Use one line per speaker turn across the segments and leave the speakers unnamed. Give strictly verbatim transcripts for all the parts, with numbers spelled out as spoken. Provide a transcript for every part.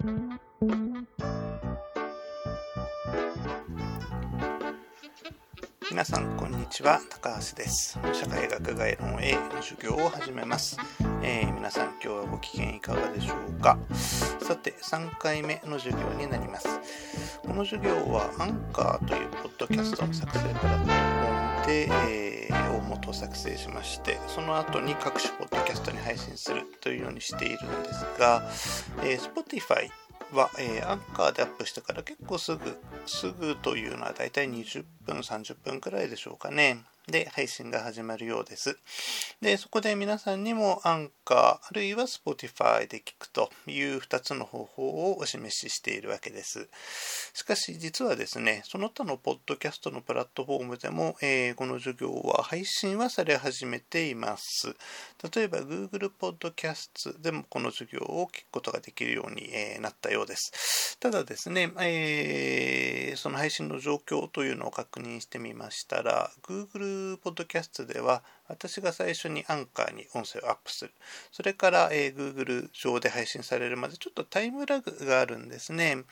皆さんこんにちは、高橋です。社会学概論 A の授業を始めます。えー、皆さん今日はご機嫌いかがでしょうか。さてさんかいめの授業になります。この授業はアンカーというポッドキャストの作成プラットフォームで、えー、大元を作成しまして、その後に各種ポッドキャストに配信するというようにしているんですが、えー、Spotifyは、えー、アンカーでアップしてから結構すぐ、すぐというのはだいたいにじゅっぷん、さんじゅっぷんくらいでしょうかね。で、配信が始まるようです。で、そこで皆さんにもアンカー、あるいは Spotify で聞くというふたつの方法をお示ししているわけです。しかし実はですね、その他のポッドキャストのプラットフォームでも、えー、この授業は配信はされ始めています。例えば Google Podcasts でもこの授業を聞くことができるように、えー、なったようです。ただですね、えー、その配信の状況というのを確認してみましたら、Google Podcast では私が最初にアンカーに音声をアップする。それから、えー、Google 上で配信されるまでちょっとタイムラグがあるんですね。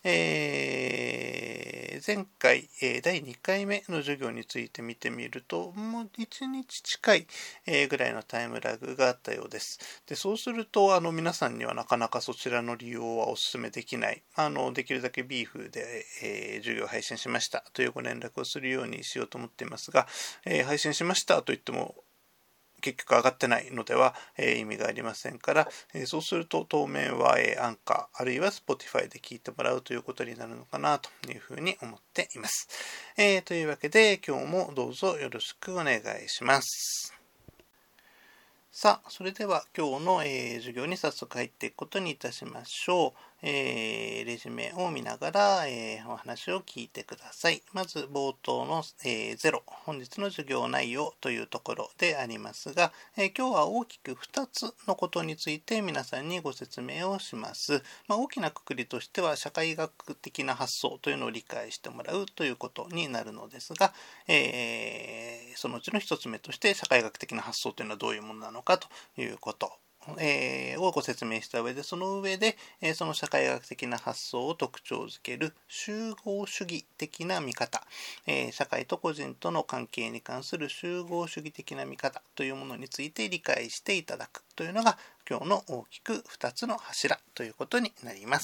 えー、前回、えー、だいにかいめの授業について見てみると、もういちにち近い、えー、ぐらいのタイムラグがあったようです。で、そうすると、あの、皆さんにはなかなかそちらの利用はお勧めできない。あの、できるだけビーフで、えー、授業を配信しましたというご連絡をするようにしようと思っていますが、えー、配信しましたと言っても結局上がってないのでは、えー、意味がありませんから、えー、そうすると当面は、えー、アンカーあるいは Spotify で聞いてもらうということになるのかなというふうに思っています。えー、というわけで今日もどうぞよろしくお願いします。さあ、それでは今日の、えー、授業に早速入っていくことにいたしましょう。えー、レジュメを見ながら、えー、お話を聞いてください。まず冒頭の、えー、ゼロ、本日の授業内容というところでありますが、えー、今日は大きくふたつのことについて皆さんにご説明をします。まあ、大きな括りとしては社会学的な発想というのを理解してもらうということになるのですが、えー、そのうちのひとつめとして社会学的な発想というのはどういうものなのかということえー、をご説明した上で、その上で、えー、その社会学的な発想を特徴づける集合主義的な見方、えー、社会と個人との関係に関する集合主義的な見方というものについて理解していただくというのが今日の大きくふたつの柱ということになります。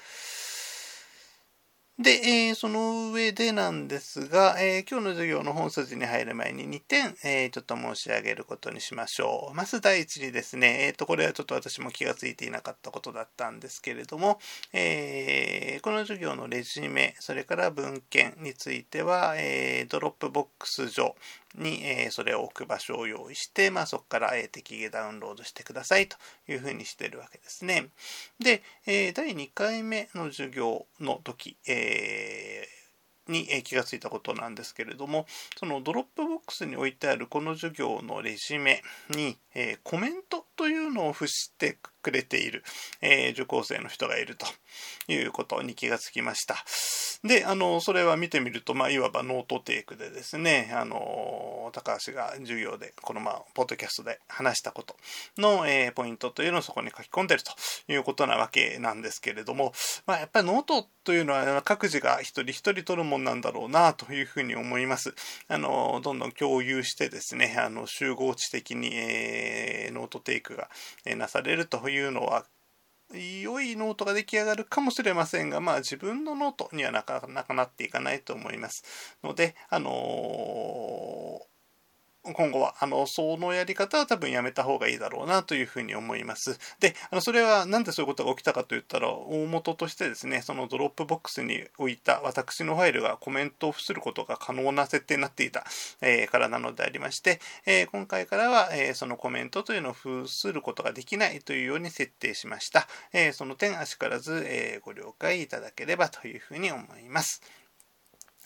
で、えー、その上でなんですが、えー、今日の授業の本筋に入る前ににてん、えー、ちょっと申し上げることにしましょう。まず第一にですね、えーと、これはちょっと私も気がついていなかったことだったんですけれども、えー、この授業のレジュメ、それから文献については、えー、ドロップボックス上に、えー、それを置く場所を用意して、まあ、そこから、えー、適宜ダウンロードしてくださいというふうにしているわけですね。で、えー、だいにかいめの授業の時、えーに気がついたことなんですけれども、そのドロップボックスに置いてあるこの授業のレジュメに、えー、コメントというのを付してくれている、えー、受講生の人がいるということに気がつきました。で、あの、それは見てみると、まあ、いわばノートテイクでですね、あの、高橋が授業で、このまあ、ポッドキャストで話したことの、えー、ポイントというのをそこに書き込んでいるということなわけなんですけれども、まあ、やっぱりノートというのは各自が一人一人取るもんなんだろうなというふうに思います。あの、どんどん共有してですね、あの、集合値的に、えー、ノートテイクが、えー、なされるというのは、良いノートが出来上がるかもしれませんが、まあ自分のノートにはなかなかなっていかないと思いますので、あのー今後は、あの、そのやり方は多分やめた方がいいだろうなというふうに思います。で、あの、それはなんでそういうことが起きたかといったら、大元としてですね、そのドロップボックスに置いた私のファイルがコメントを付することが可能な設定になっていた、えー、からなのでありまして、えー、今回からは、えー、そのコメントというのを付することができないというように設定しました。えー、その点、あしからず、えー、ご了解いただければというふうに思います。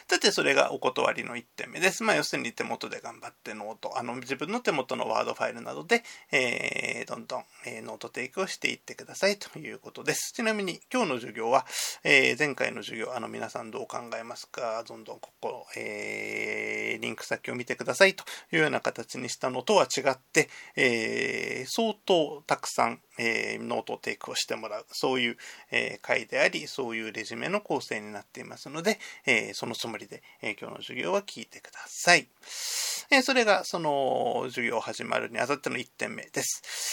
さて、それがお断りのいってんめです。まあ、要するに手元で頑張ってノート、あの、自分の手元のワードファイルなどで、えー、どんどん、えー、ノート提供していってくださいということです。ちなみに、今日の授業は、えー、前回の授業、あの、皆さんどう考えますか？どんどんここ、えー、リンク先を見てくださいというような形にしたのとは違って、えー、相当たくさん、えー、ノートを提供してもらう、そういう、えー、回であり、そういうレジュメの構成になっていますので、えー、そのつもりで、えー、今日の授業は聞いてください。えー、それがその授業始まるにあたってのいってんめです。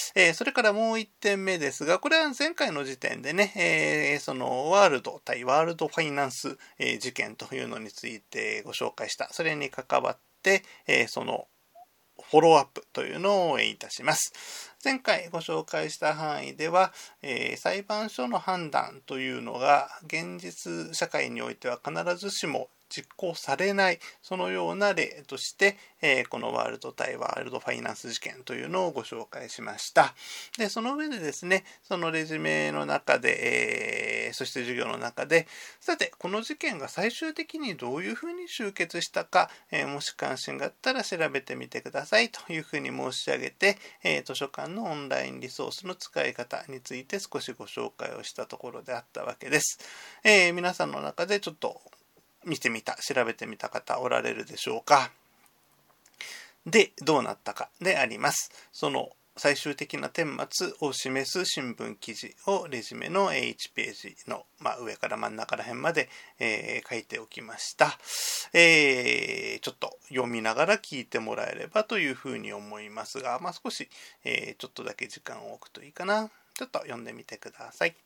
えー、それからもういってんめですが、これは前回の時点でね、えー、そのワールド対ワールドファイナンス、えー、事件というのについてご紹介した。それに関わって、えー、そのフォローアップというのをいたします。前回ご紹介した範囲では、えー、裁判所の判断というのが現実社会においては必ずしも実行されない、そのような例として、えー、このワールド対ワールドファイナンス事件というのをご紹介しました。で、その上でですね、そのレジュメの中で、えー、そして授業の中で、さて、この事件が最終的にどういうふうに終結したか、えー、もし関心があったら調べてみてくださいというふうに申し上げて、えー、図書館のオンラインリソースの使い方について少しご紹介をしたところであったわけです。えー、皆さんの中でちょっと見てみた、調べてみた方おられるでしょうか。で、どうなったかであります。その最終的な顛末を示す新聞記事をレジュメのいちページの、まあ、上から真ん中ら辺まで、えー、書いておきました、えー。ちょっと読みながら聞いてもらえればというふうに思いますが、まあ、少し、えー、ちょっとだけ時間を置くといいかな。ちょっと読んでみてください。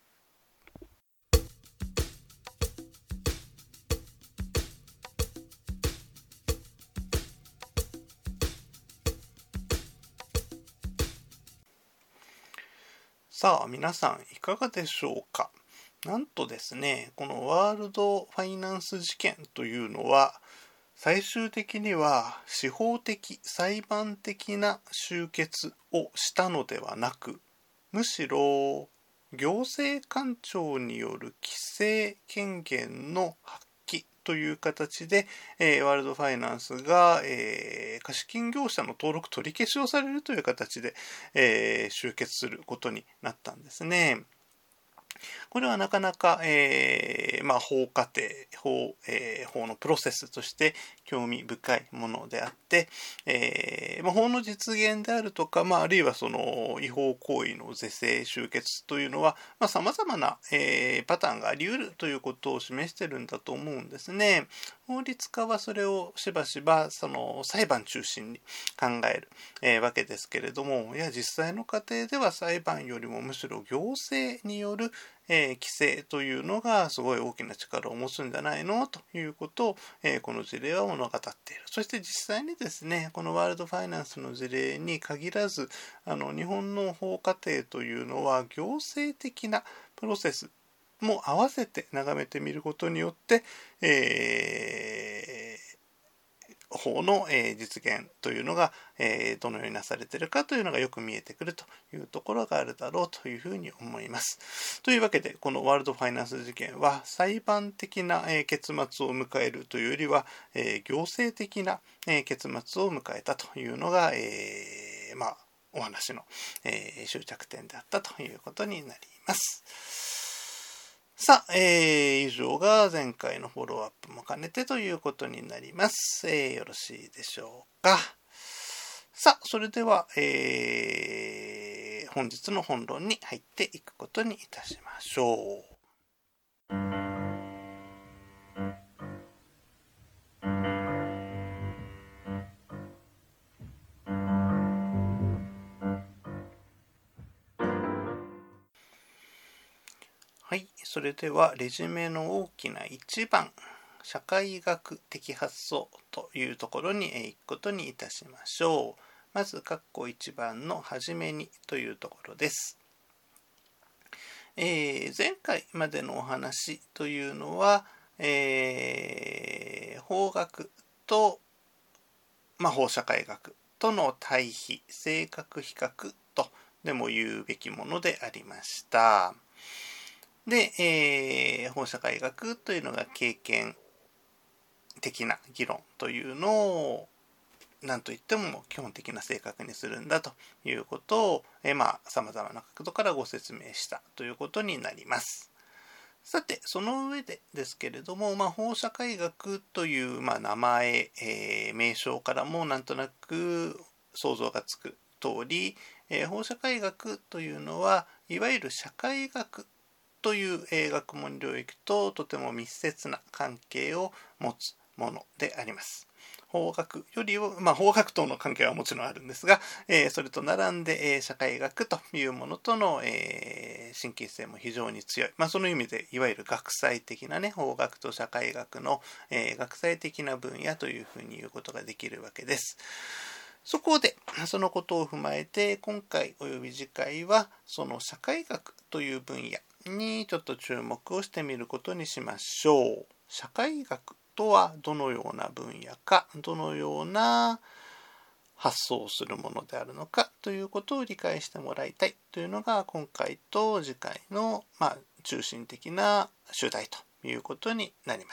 さあ、皆さんいかがでしょうか。なんとですね、このワールドファイナンス事件というのは、最終的には司法的、裁判的な終結をしたのではなく、むしろ行政官庁による規制権限の発揮という形で、えー、ワールドファイナンスが、えー、貸金業者の登録取り消しをされるという形で、えー、終結することになったんですね。これはなかなか、えーまあ、法過程、法、えー、法のプロセスとして興味深いものであって、えーまあ、法の実現であるとか、まあ、あるいはその違法行為の是正終結というのは、まあ、様々な、えー、パターンがあり得るということを示しているんだと思うんですね。法律家はそれをしばしばその裁判中心に考える、えー、わけですけれども、いや実際の過程では裁判よりもむしろ行政によるえー、規制というのがすごい大きな力を持つんじゃないのということを、えー、この事例は物語っている。そして実際にですね、このワールドファイナンスの事例に限らず、あの日本の法過程というのは行政的なプロセスも合わせて眺めてみることによって、えー法の実現というのがどのようになされているかというのがよく見えてくるというところがあるだろうというふうに思います。というわけでこのワールドファイナンス事件は裁判的な結末を迎えるというよりは行政的な結末を迎えたというのが、えー、まあお話の終着点であったということになります。さあ、えー、以上が前回のフォローアップも兼ねてということになります。えー、よろしいでしょうか。さあ、それでは、えー、本日の本論に入っていくことにいたしましょう。はい、それではレジュメの大きないちばん、社会学的発想というところに行くことにいたしましょう。まず、括弧いちばんのはじめにというところです。えー、前回までのお話というのは、えー、法学と、まあ、法社会学との対比、性格比較とでも言うべきものでありました。で、えー、法社会学というのが経験的な議論というのを何といっても基本的な性格にするんだということを、えー、まあ様々な角度からご説明したということになります。さて、その上でですけれども、まあ、法社会学という、まあ、名前、えー、名称からもなんとなく想像がつく通り、えー、法社会学というのはいわゆる社会学という、えー、学問領域ととても密接な関係を持つものであります。法学よりは、まあ、法学との関係はもちろんあるんですが、えー、それと並んで、えー、社会学というものとの、えー、親近性も非常に強い。まあ、その意味で、いわゆる学際的なね、法学と社会学の、えー、学際的な分野というふうに言うことができるわけです。そこで、そのことを踏まえて、今回および次回は、その社会学という分野にちょっと注目をしてみることにしましょう。社会学とはどのような分野か、どのような発想をするものであるのかということを理解してもらいたいというのが今回と次回の、まあ、中心的な主題ということになります。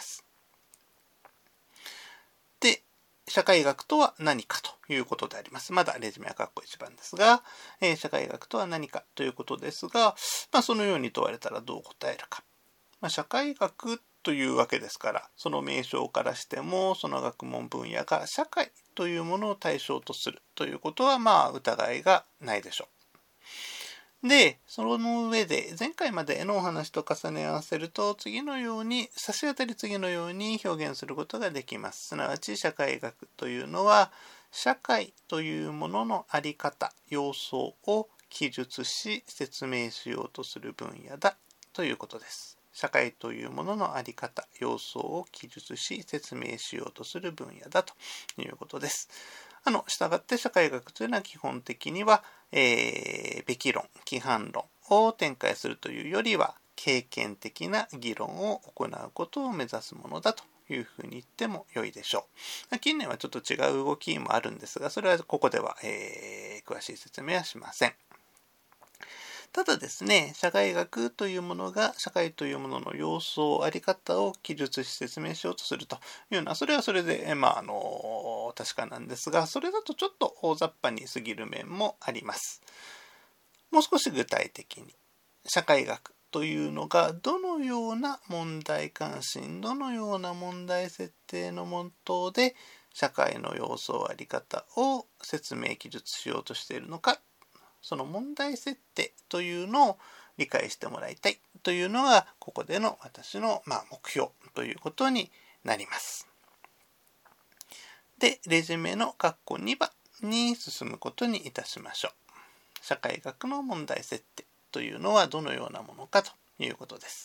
で、社会学とは何かということであります。まだレジュメは括弧一番ですが、えー、社会学とは何かということですが、まあ、そのように問われたらどう答えるか。まあ、社会学というわけですから、その名称からしても、その学問分野が社会というものを対象とするということは、まあ疑いがないでしょう。で、その上で、前回までのお話と重ね合わせると、次のように、差し当たり次のように表現することができます。すなわち、社会学というのは、社会というもののあり方、様相を記述し、説明しようとする分野だということです。社会というもののあり方、様相を記述し、説明しようとする分野だということです。あの、したがって社会学というのは基本的には、えー、べき論、規範論を展開するというよりは、経験的な議論を行うことを目指すものだというふうに言っても良いでしょう。近年はちょっと違う動きもあるんですが、それはここでは、えー、詳しい説明はしません。ただですね、社会学というものが社会というものの様相、あり方を記述し説明しようとするというのは、それはそれで、まあ、あの、確かなんですが、それだとちょっと大雑把に過ぎる面もあります。もう少し具体的に、社会学というのがどのような問題関心、どのような問題設定のもとで、社会の様相、あり方を説明記述しようとしているのか、その問題設定というのを理解してもらいたいというのがここでの私の、まあ、目標ということになります。で、レジュメの括弧にばんに進むことにいたしましょう。社会学の問題設定というのはどのようなものかということです。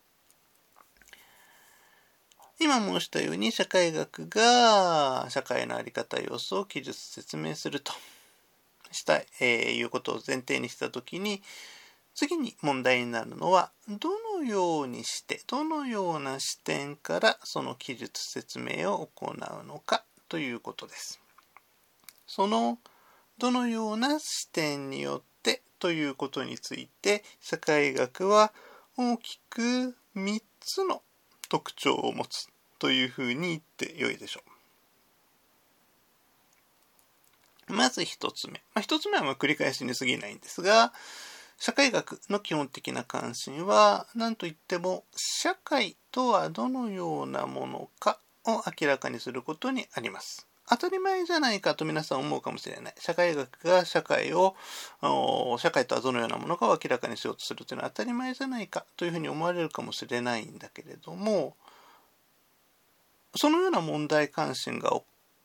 今申したように社会学が社会の在り方様子を記述説明するとした、えー、いうことを前提にしたときに、次に問題になるのは、どのようにして、どのような視点からその記述説明を行うのかということです。その、どのような視点によってということについて、社会学は大きくみっつの特徴を持つというふうに言ってよいでしょう。まず一つ目。まあ、一つ目はまあ繰り返しに過ぎないんですが、社会学の基本的な関心は、何といっても、社会とはどのようなものかを明らかにすることにあります。当たり前じゃないかと皆さん思うかもしれない。社会学が社会を、社会とはどのようなものかを明らかにしようとするというのは当たり前じゃないかというふうに思われるかもしれないんだけれども、そのような問題関心が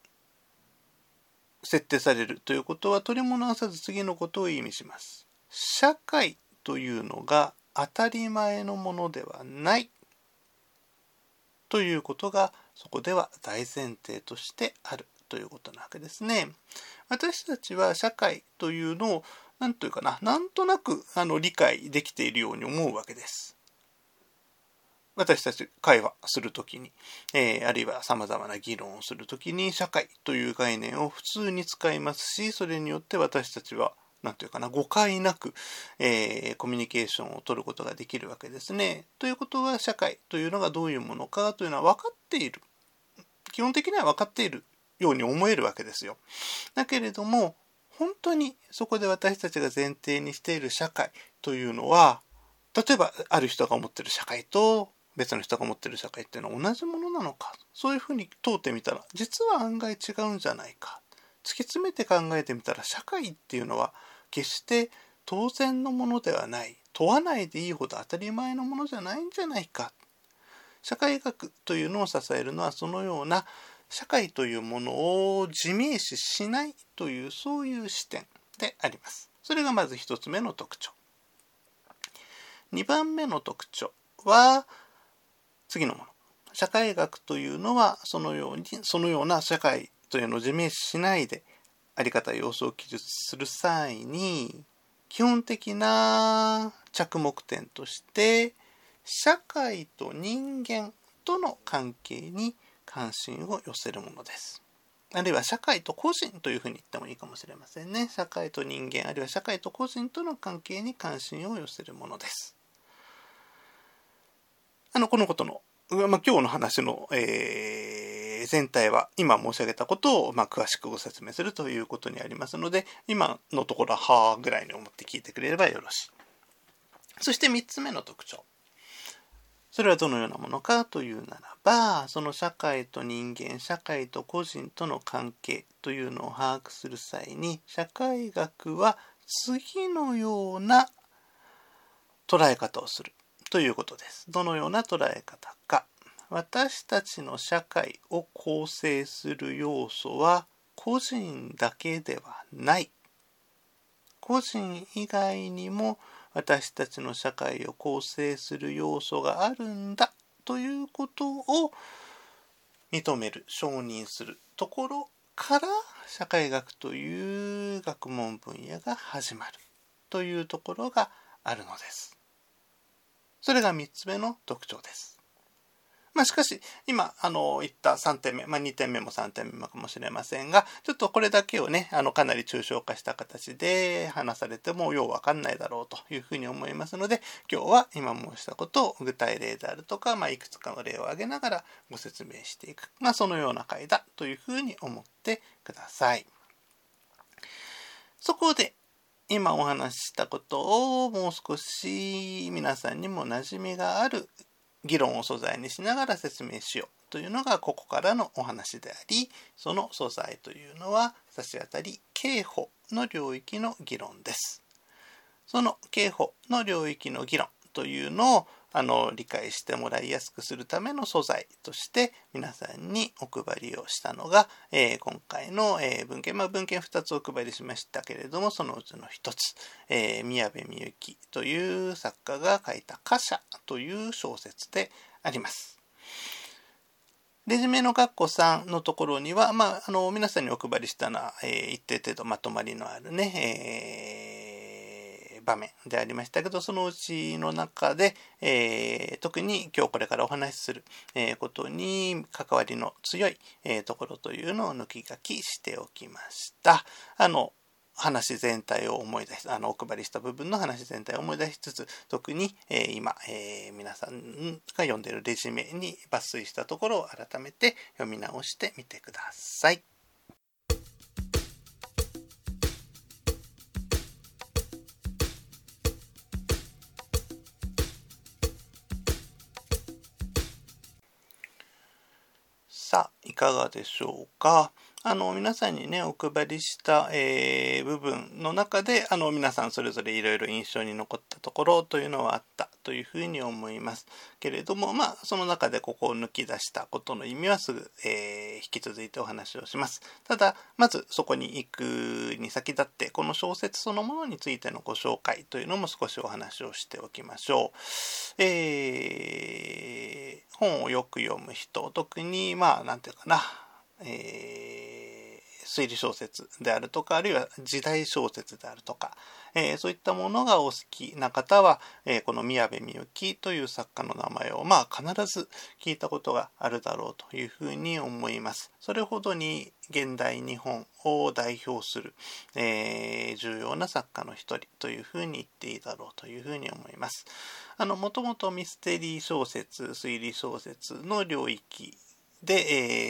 設定されるということは取り物わさず次のことを意味します。社会というのが当たり前のものではないということがそこでは大前提としてあるということなわけですね。私たちは社会というのを何というかな、なんとなくあの理解できているように思うわけです。私たち会話するときに、えー、あるいは様々な議論をするときに社会という概念を普通に使いますし、それによって私たちはなんていうかな、誤解なく、えー、コミュニケーションを取ることができるわけですね。ということは社会というのがどういうものかというのは分かっている基本的には分かっているように思えるわけですよ。だけれども本当にそこで私たちが前提にしている社会というのは、例えばある人が思っている社会と別の人が思っている社会っていうのは同じものなのか、そういうふうに問うてみたら実は案外違うんじゃないか、突き詰めて考えてみたら社会っていうのは決して当然のものではない、問わないでいいほど当たり前のものじゃないんじゃないか。社会学というのを支えるのはそのような社会というものを自明視しないという、そういう視点であります。それがまず一つ目の特徴。二番目の特徴は次のもの。社会学というのはそのようにそのような社会というのを自明視しないであり方様子を記述する際に、基本的な着目点として社会と人間との関係に関心を寄せるものです。あるいは社会と個人というふうに言ってもいいかもしれませんね。社会と人間、あるいは社会と個人との関係に関心を寄せるものです。あのこのことの、まあ、今日の話の、えー、全体は今申し上げたことを、まあ、詳しくご説明するということにありますので、今のところははーぐらいに思って聞いてくれればよろしい。そしてみっつめの特徴。それはどのようなものかというならば、その社会と人間、社会と個人との関係というのを把握する際に、社会学は次のような捉え方をするということです。どのような捉え方か。私たちの社会を構成する要素は個人だけではない。個人以外にも私たちの社会を構成する要素があるんだということを認める、承認するところから社会学という学問分野が始まるというところがあるのです。それがみっつめの特徴です。まあ、しかし今あの言ったさんてんめ、まあ、にてんめもさんてんめもかもしれませんが、ちょっとこれだけをねあのかなり抽象化した形で話されてもようわかんないだろうというふうに思いますので、今日は今申したことを具体例であるとか、まあ、いくつかの例を挙げながらご説明していく、まあ、そのような回だというふうに思ってください。そこで今お話ししたことをもう少し皆さんにも馴染みがある議論を素材にしながら説明しようというのがここからのお話であり、その素材というのは差し当たり刑法の領域の議論です。その刑法の領域の議論というのをあの理解してもらいやすくするための素材として皆さんにお配りをしたのが、えー、今回の、えー、文献、まあ、文献ふたつお配りしましたけれども、そのうちのひとつ、えー、宮部みゆきという作家が書いた貨車という小説であります。レジュメの括弧さんのところには、まあ、あの皆さんにお配りしたのは、えー、一定程度まとまりのあるね、えー場面でありましたけど、そのうちの中で、えー、特に今日これからお話しする、えー、ことに関わりの強い、えー、ところというのを抜き書きしておきました。あの話全体を思い出し、あのお配りした部分の話全体を思い出しつつ、特に、えー、今、えー、皆さんが読んでいるレジュメに抜粋したところを改めて読み直してみてください。さあ、いかがでしょうか。あの皆さんにねお配りした、えー、部分の中であの皆さんそれぞれいろいろ印象に残ったところというのはあったというふうに思いますけれども、まあその中でここを抜き出したことの意味はすぐ、えー、引き続いてお話をします。ただまずそこに行くに先立ってこの小説そのものについてのご紹介というのも少しお話をしておきましょう。えー、本をよく読む人、特にまあなんていうかな、えー推理小説であるとか、あるいは時代小説であるとか、えー、そういったものがお好きな方は、えー、この宮部みゆきという作家の名前をまあ必ず聞いたことがあるだろうというふうに思います。それほどに現代日本を代表する、えー、重要な作家の一人というふうに言っていいだろうというふうに思います。あのもともとミステリー小説、推理小説の領域で、えー、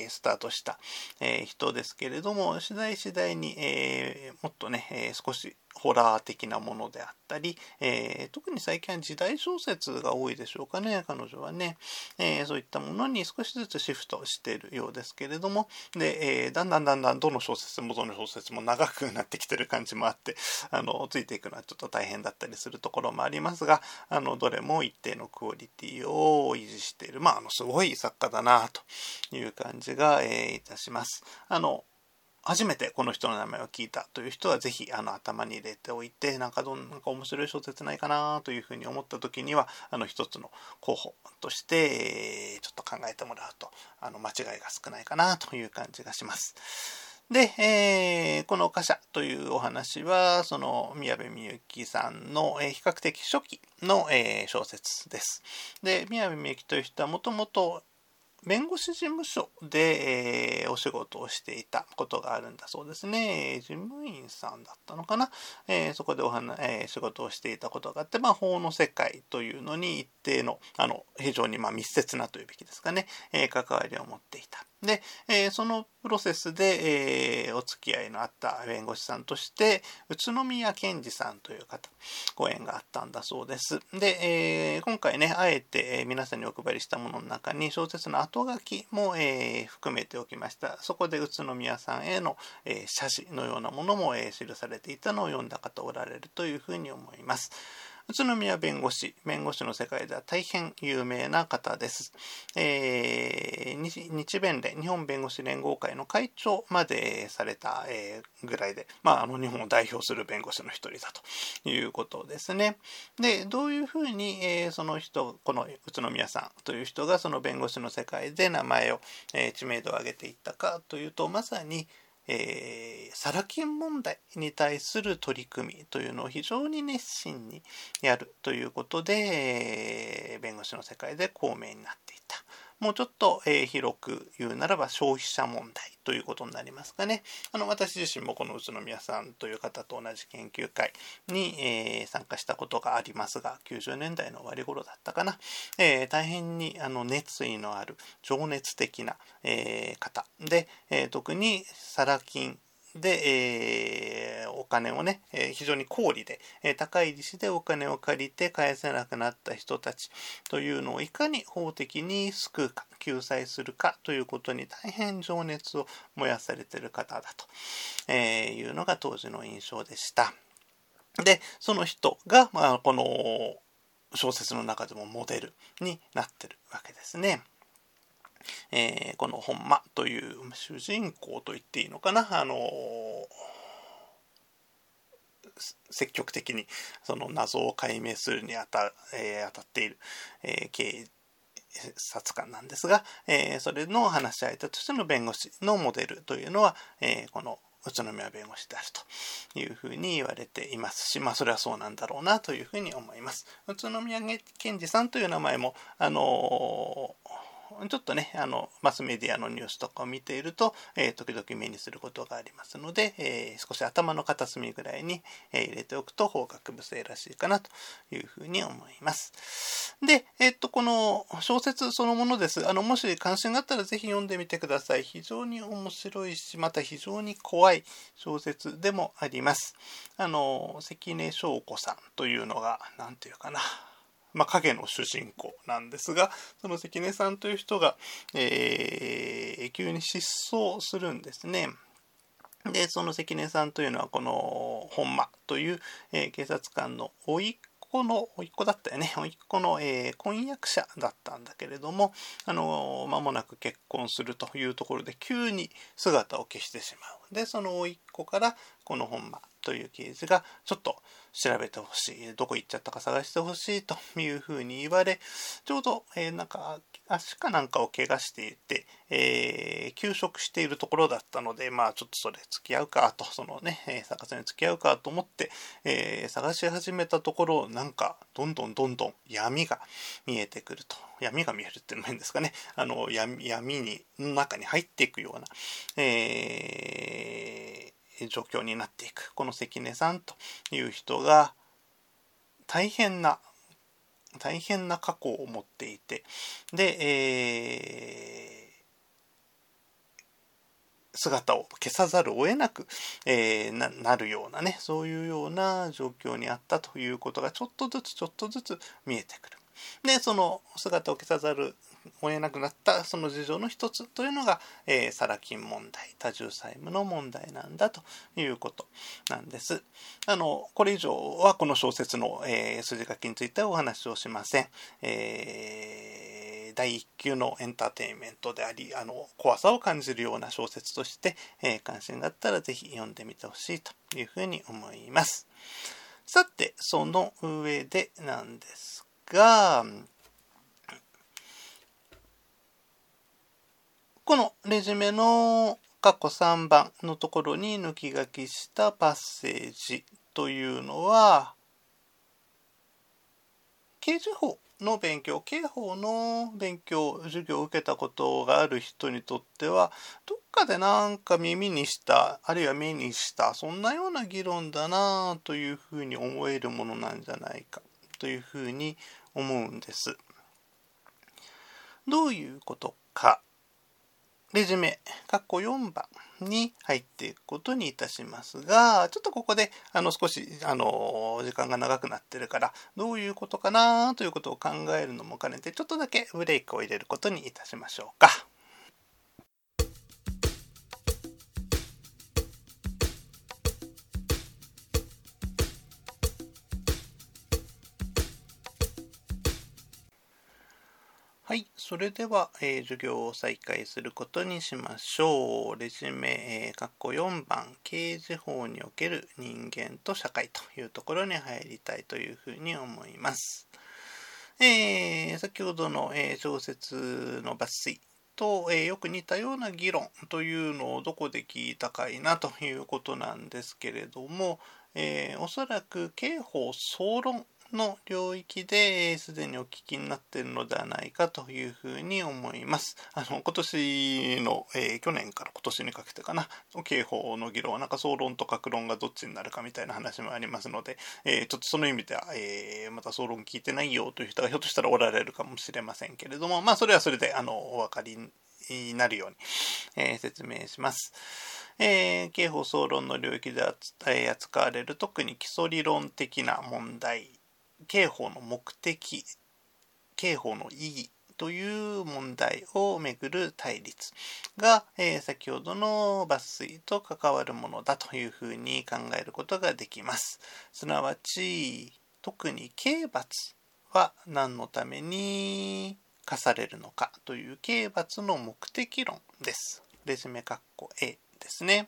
スタートした、えー、人ですけれども、次第次第に、えー、もっとね、えー、少しホラー的なものであったり、えー、特に最近は時代小説が多いでしょうかね、彼女はね、えー、そういったものに少しずつシフトしているようですけれども、で、えー、だんだんだんだんどの小説もどの小説も長くなってきてる感じもあって、あのついていくのはちょっと大変だったりするところもありますが、あのどれも一定のクオリティを維持している、まあ、あのすごい作家だなという感じが、えー、いたします。あの初めてこの人の名前を聞いたという人はぜひあの頭に入れておいて、なんかどんなんか面白い小説ないかなというふうに思った時には、あの一つの候補として、えー、ちょっと考えてもらうとあの間違いが少ないかなという感じがします。で、えー、この貨車というお話は、その宮部みゆきさんの、えー、比較的初期の、えー、小説です。で、宮部みゆきという人はもともと弁護士事務所で、えー、お仕事をしていたことがあるんだそうですね。事務員さんだったのかな。えー、そこでお話、えー、仕事をしていたことがあって、まあ、法の世界というのに一定の、あの、非常にまあ密接なというべきですかね、えー、関わりを持っていた。で、えー、そのプロセスで、えー、お付き合いのあった弁護士さんとして、宇都宮健治さんという方、ご縁があったんだそうです。で、えー、今回ね、あえて、えー、皆さんにお配りしたものの中に小説の後書きも、えー、含めておきました。そこで宇都宮さんへの、えー、謝辞のようなものも、えー、記されていたのを読んだ方おられるというふうに思います。宇都宮弁護士、弁護士の世界では大変有名な方です。えー、日, 日弁連、日本弁護士連合会の会長までされた、えー、ぐらいで、まあ、あの日本を代表する弁護士の一人だということですね。で、どういうふうに、えー、その人、この宇都宮さんという人がその弁護士の世界で名前を、えー、知名度を上げていったかというと、まさにえー、サラ金問題に対する取り組みというのを非常に熱心にやるということで、えー、弁護士の世界で高名になっていた。もうちょっと、えー、広く言うならば消費者問題ということになりますかね。あの私自身もこの宇都宮さんという方と同じ研究会に、えー、参加したことがありますが、きゅうじゅうねんだいの終わり頃だったかな。えー、大変にあの熱意のある情熱的な、えー、方で、えー、特にサラ金で、えー、お金をね、えー、非常に高利で、えー、高い利子でお金を借りて返せなくなった人たちというのをいかに法的に救うか、救済するかということに大変情熱を燃やされている方だと、えー、いうのが当時の印象でした。で、その人が、まあ、この小説の中でもモデルになってるわけですね。えー、この本間という主人公と言っていいのかな、あのー、積極的にその謎を解明するにあた、えー、当たっている、えー、警察官なんですが、えー、それの話し相手としての弁護士のモデルというのは、えー、この宇都宮弁護士であるというふうに言われていますし、まあそれはそうなんだろうなというふうに思います。宇都宮健治さんという名前もあのーちょっとね、あの、マスメディアのニュースとかを見ていると、えー、時々目にすることがありますので、えー、少し頭の片隅ぐらいに、えー、入れておくと法学部生らしいかなというふうに思います。で、えっと、この小説そのものです。あの、もし関心があったらぜひ読んでみてください。非常に面白いし、また非常に怖い小説でもあります。あの、関根翔子さんというのが、なんていうかな、まあ、影の主人公なんですが、その関根さんという人が、えー、急に失踪するんですね。で、その関根さんというのは、この本間という、えー、警察官の甥っ子の、甥っ子だったよね。甥っ子の、えー、婚約者だったんだけれども、あのー、間もなく結婚するというところで、急に姿を消してしまう。で、その甥っ子から、この本間という刑事が、ちょっと調べてほしい、どこ行っちゃったか探してほしいというふうに言われ、ちょうど、えー、なんか足かなんかを怪我していて、えー、休職しているところだったので、まあちょっとそれ付き合うかと、そのね、えー、探すに付き合うかと思って、えー、探し始めたところ、なんかどんどんどんどん闇が見えてくると。闇が見えるっていうのも変ですかね。あの闇、闇にの中に入っていくような、えー状況になっていく。この関根さんという人が大変な大変な過去を持っていて、で、え姿を消さざるを得なく、えー、な, なるようなね、そういうような状況にあったということがちょっとずつちょっとずつ見えてくる。で、その姿を消さざるを得なくなったその事情の一つというのが、えー、サラ金問題、多重債務の問題なんだということなんです。あの、これ以上はこの小説の、えー、筋書きについてはお話をしません。えーだいいっ級のエンターテインメントであり、あの怖さを感じるような小説として、えー、関心があったらぜひ読んでみてほしいというふうに思います。さて、その上でなんですが、このレジュメの括弧さんばんのところに抜き書きしたパッセージというのは、刑事法の勉強、刑法の勉強、授業を受けたことがある人にとっては、どっかでなんか耳にした、あるいは目にした、そんなような議論だなというふうに思えるものなんじゃないかというふうに思うんです。どういうことか。レジュメ、括弧よんばんに入っていくことにいたしますが、ちょっとここであの少しあの時間が長くなってるから、どういうことかなということを考えるのも兼ねて、ちょっとだけブレイクを入れることにいたしましょうか。はい。それでは、えー、授業を再開することにしましょう。レジュメ、えー、括弧よんばん、刑事法における人間と社会というところに入りたいというふうに思います。えー、先ほどの、えー、小説の抜粋と、えー、よく似たような議論というのをどこで聞いたかいなということなんですけれども、えー、おそらく刑法総論の領域ですでにお聞きになっているのではないかというふうに思います。あの今年の、えー、去年から今年にかけてかな、刑法の議論はなんか総論と各論がどっちになるかみたいな話もありますので、えー、ちょっとその意味では、えー、また総論聞いてないよという人がひょっとしたらおられるかもしれませんけれども、まあそれはそれであのお分かりになるように、えー、説明します。えー、刑法総論の領域で扱われる特に基礎理論的な問題、刑法の目的、刑法の意義という問題をめぐる対立が、えー、先ほどの抜粋と関わるものだというふうに考えることができます。すなわち、特に刑罰は何のために課されるのかという刑罰の目的論です。レジュメ括弧 A ですね。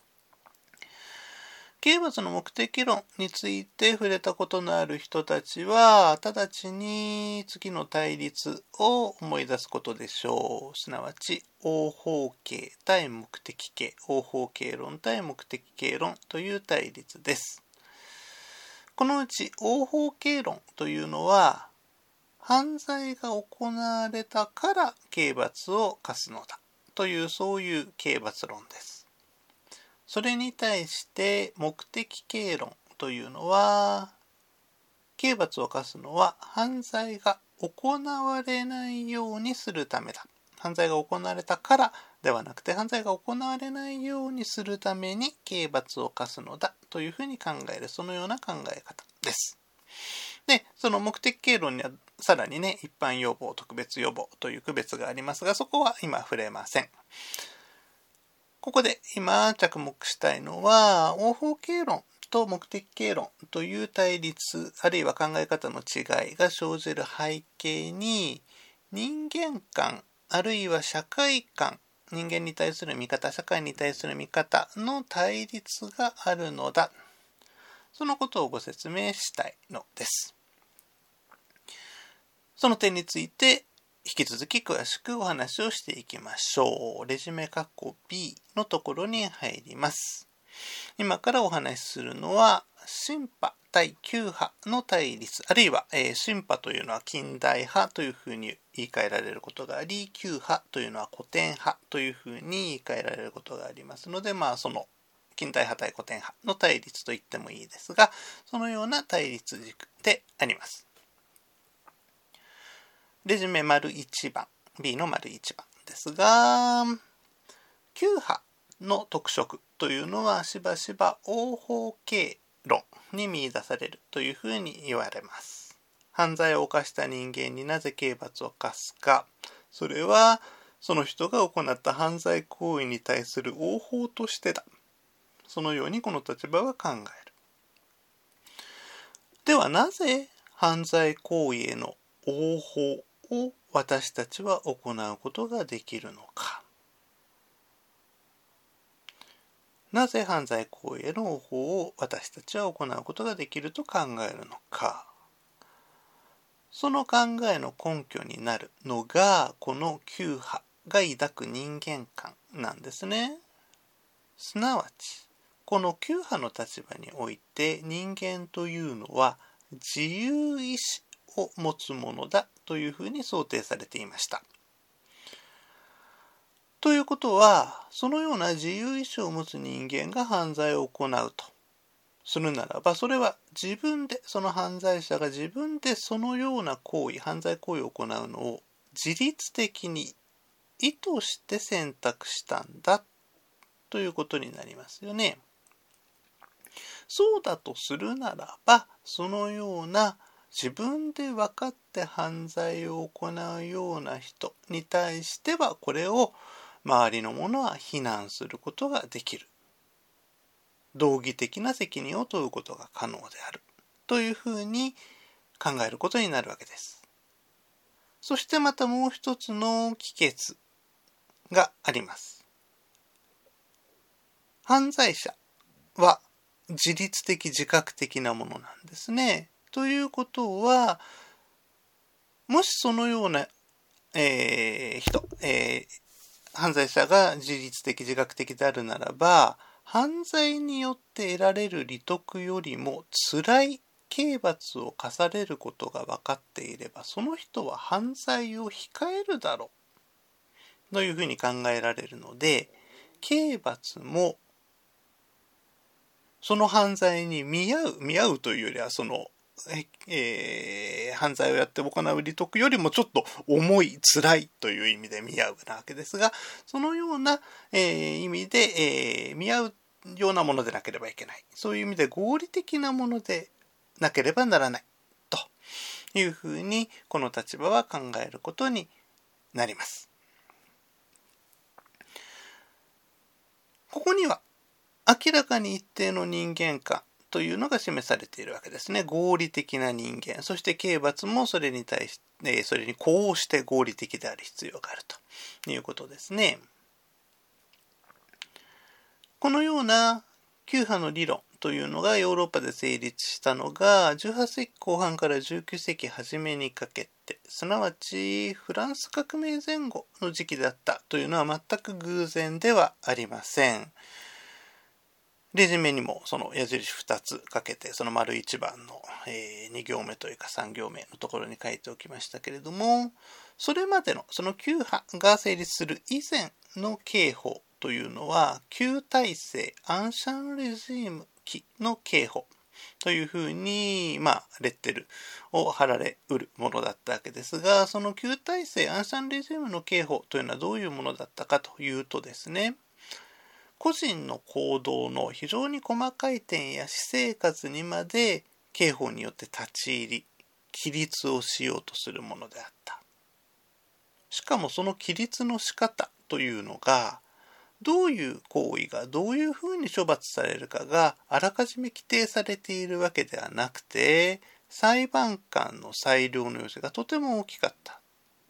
刑罰の目的論について触れたことのある人たちは、直ちに次の対立を思い出すことでしょう。すなわち、応報刑対目的刑、応報刑論対目的刑論という対立です。このうち、応報刑論というのは、犯罪が行われたから刑罰を課すのだという、そういう刑罰論です。それに対して目的刑論というのは、刑罰を課すのは犯罪が行われないようにするためだ。犯罪が行われたからではなくて、犯罪が行われないようにするために刑罰を課すのだというふうに考える、そのような考え方です。で、その目的刑論にはさらにね、一般予防、特別予防という区別がありますが、そこは今触れません。ここで今着目したいのは、応報刑論と目的刑論という対立、あるいは考え方の違いが生じる背景に、人間観、あるいは社会観、人間に対する見方、社会に対する見方の対立があるのだ。そのことをご説明したいのです。その点について、引き続き詳しくお話をしていきましょう。レジュメ括弧 B のところに入ります。今からお話しするのは、新派対旧派の対立、あるいは、えー、新派というのは近代派というふうに言い換えられることがあり、旧派というのは古典派というふうに言い換えられることがありますので、まあその近代派対古典派の対立と言ってもいいですが、そのような対立軸であります。レジュメ丸いちばん、B の丸いちばんですが、旧派の特色というのはしばしば応報経論に見出されるというふうに言われます。犯罪を犯した人間になぜ刑罰を科すか、それはその人が行った犯罪行為に対する応報としてだ。そのようにこの立場は考える。ではなぜ犯罪行為への応報を私たちは行うことができるのか。なぜ犯罪行為への応報を私たちは行うことができると考えるのか。その考えの根拠になるのがこの旧派が抱く人間観なんですね。すなわちこの旧派の立場において人間というのは自由意志を持つものだというふうに想定されていました。ということは、そのような自由意志を持つ人間が犯罪を行うとするならば、それは自分で、その犯罪者が自分でそのような行為、犯罪行為を行うのを自律的に意図して選択したんだということになりますよね。そうだとするならば、そのような自分で分かって犯罪を行うような人に対しては、これを周りの者は非難することができる。道義的な責任を問うことが可能である。というふうに考えることになるわけです。そしてまたもう一つの帰結があります。犯罪者は自律的自覚的なものなんですね。ということは、もしそのような、えー、人、えー、犯罪者が自律的自覚的であるならば、犯罪によって得られる利得よりも辛い刑罰を課されることが分かっていれば、その人は犯罪を控えるだろうというふうに考えられるので、刑罰もその犯罪に見合う、見合うというよりは、その、えー、犯罪をやって行う利得よりもちょっと重い、辛いという意味で見合うなわけですが、そのような、えー、意味で、えー、見合うようなものでなければいけない。そういう意味で合理的なものでなければならない。というふうに、この立場は考えることになります。ここには、明らかに一定の人間観というのが示されているわけですね。合理的な人間、そして刑罰もそれに対して、それにこうして合理的である必要があるということですね。このような旧派の理論というのがヨーロッパで成立したのがじゅうはっせいきこう半からじゅうきゅうせいき初めにかけて、すなわちフランス革命前後の時期だったというのは全く偶然ではありません。レジュメにもその矢印ふたつかけて、その丸いちばんの、えー、に行目というかさん行目のところに書いておきましたけれども、それまでのその旧派が成立する以前の刑法というのは、旧体制アンシャンレジーム期の刑法というふうに、まあ、レッテルを貼られうるものだったわけですが、その旧体制アンシャンレジームの刑法というのはどういうものだったかというとですね、個人の行動の非常に細かい点や私生活にまで刑法によって立ち入り、規律をしようとするものであった。しかもその規律の仕方というのが、どういう行為がどういうふうに処罰されるかがあらかじめ規定されているわけではなくて、裁判官の裁量の要請がとても大きかった。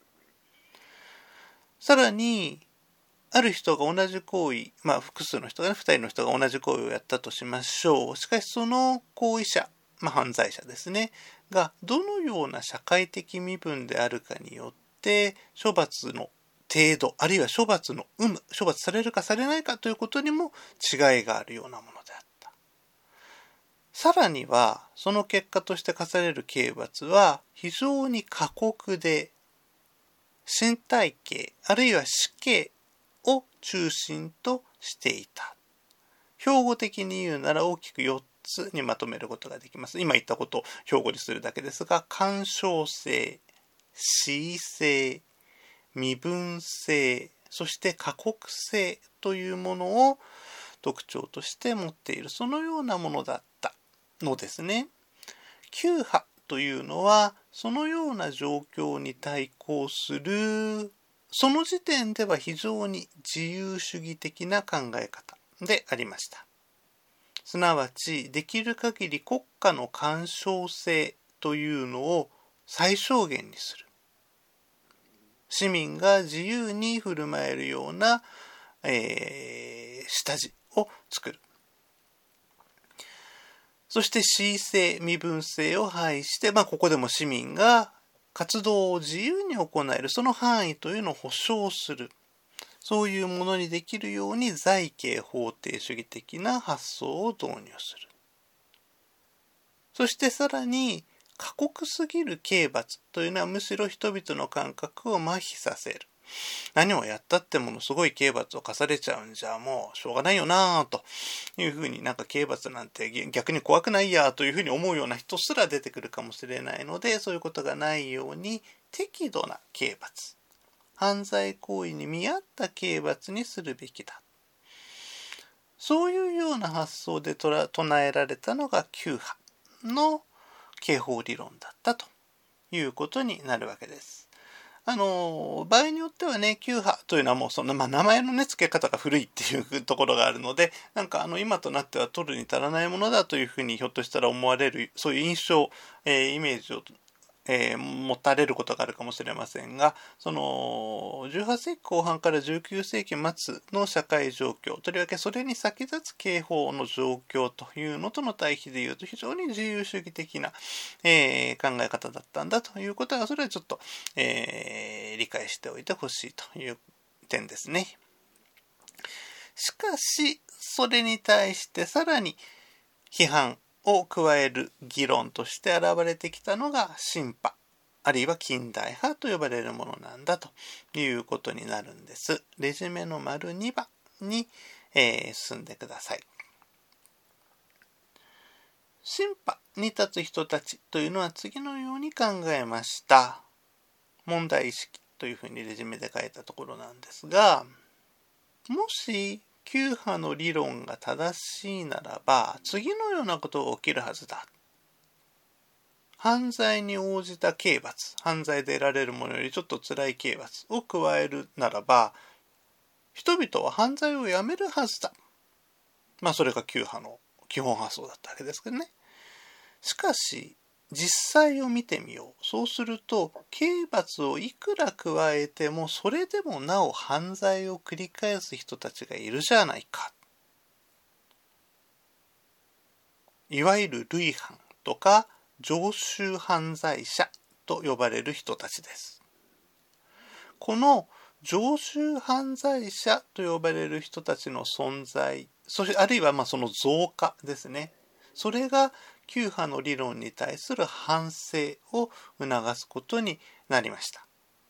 さらに、ある人が同じ行為、まあ複数の人がね、二人の人が同じ行為をやったとしましょう。しかしその行為者、まあ犯罪者ですね、がどのような社会的身分であるかによって、処罰の程度、あるいは処罰の有無、処罰されるかされないかということにも違いがあるようなものであった。さらには、その結果として課される刑罰は非常に過酷で、身体刑、あるいは死刑を中心としていた。標語的に言うなら大きくよっつにまとめることができます。今言ったことを標語にするだけですが、干渉性、恣意性、身分性、 そして過酷性というものを特徴として持っている、そのようなものだったのですね。旧派というのはそのような状況に対抗する、その時点では非常に自由主義的な考え方でありました。すなわちできる限り国家の干渉性というのを最小限にする。市民が自由に振る舞えるような、えー、下地を作る。そして恣意性、身分性を排して、まあ、ここでも市民が活動を自由に行える、その範囲というのを保障する。そういうものにできるように財形法定主義的な発想を導入する。そしてさらに過酷すぎる刑罰というのはむしろ人々の感覚を麻痺させる。何をやったってものすごい刑罰を課されちゃうんじゃもうしょうがないよなというふうに、なんか刑罰なんて逆に怖くないやというふうに思うような人すら出てくるかもしれないので、そういうことがないように適度な刑罰、犯罪行為に見合った刑罰にするべきだ。そういうような発想で唱えられたのが旧派の刑法理論だったということになるわけです。あの場合によってはね、旧派というのはもうその、まあ、名前のね付け方が古いっていうところがあるので、なんかあの今となっては取るに足らないものだというふうにひょっとしたら思われる、そういう印象、えー、イメージをえー、持たれることがあるかもしれませんが、そのじゅうはっせいきこう半からじゅうきゅうせいき末の社会状況、とりわけそれに先立つ刑法の状況というのとの対比でいうと非常に自由主義的な、えー、考え方だったんだということは、それはちょっと、えー、理解しておいてほしいという点ですね。しかしそれに対してさらに批判を加える議論として現れてきたのが新派、あるいは近代派と呼ばれるものなんだということになるんです。レジュメの丸にばんに、えー、進んでください。新派に立つ人たちというのは次のように考えました。問題意識というふうにレジュメで書いたところなんですが、もし旧派の理論が正しいならば、次のようなことが起きるはずだ。犯罪に応じた刑罰、犯罪で得られるものよりちょっと辛い刑罰を加えるならば、人々は犯罪をやめるはずだ。まあそれが旧派の基本発想だったわけですけどね。しかし、実際を見てみよう。そうすると、刑罰をいくら加えても、それでもなお犯罪を繰り返す人たちがいるじゃないか。いわゆる累犯とか常習犯罪者と呼ばれる人たちです。この常習犯罪者と呼ばれる人たちの存在、そしてあるいはまあその増加ですね。それが旧派の理論に対する反省を促すことになりました。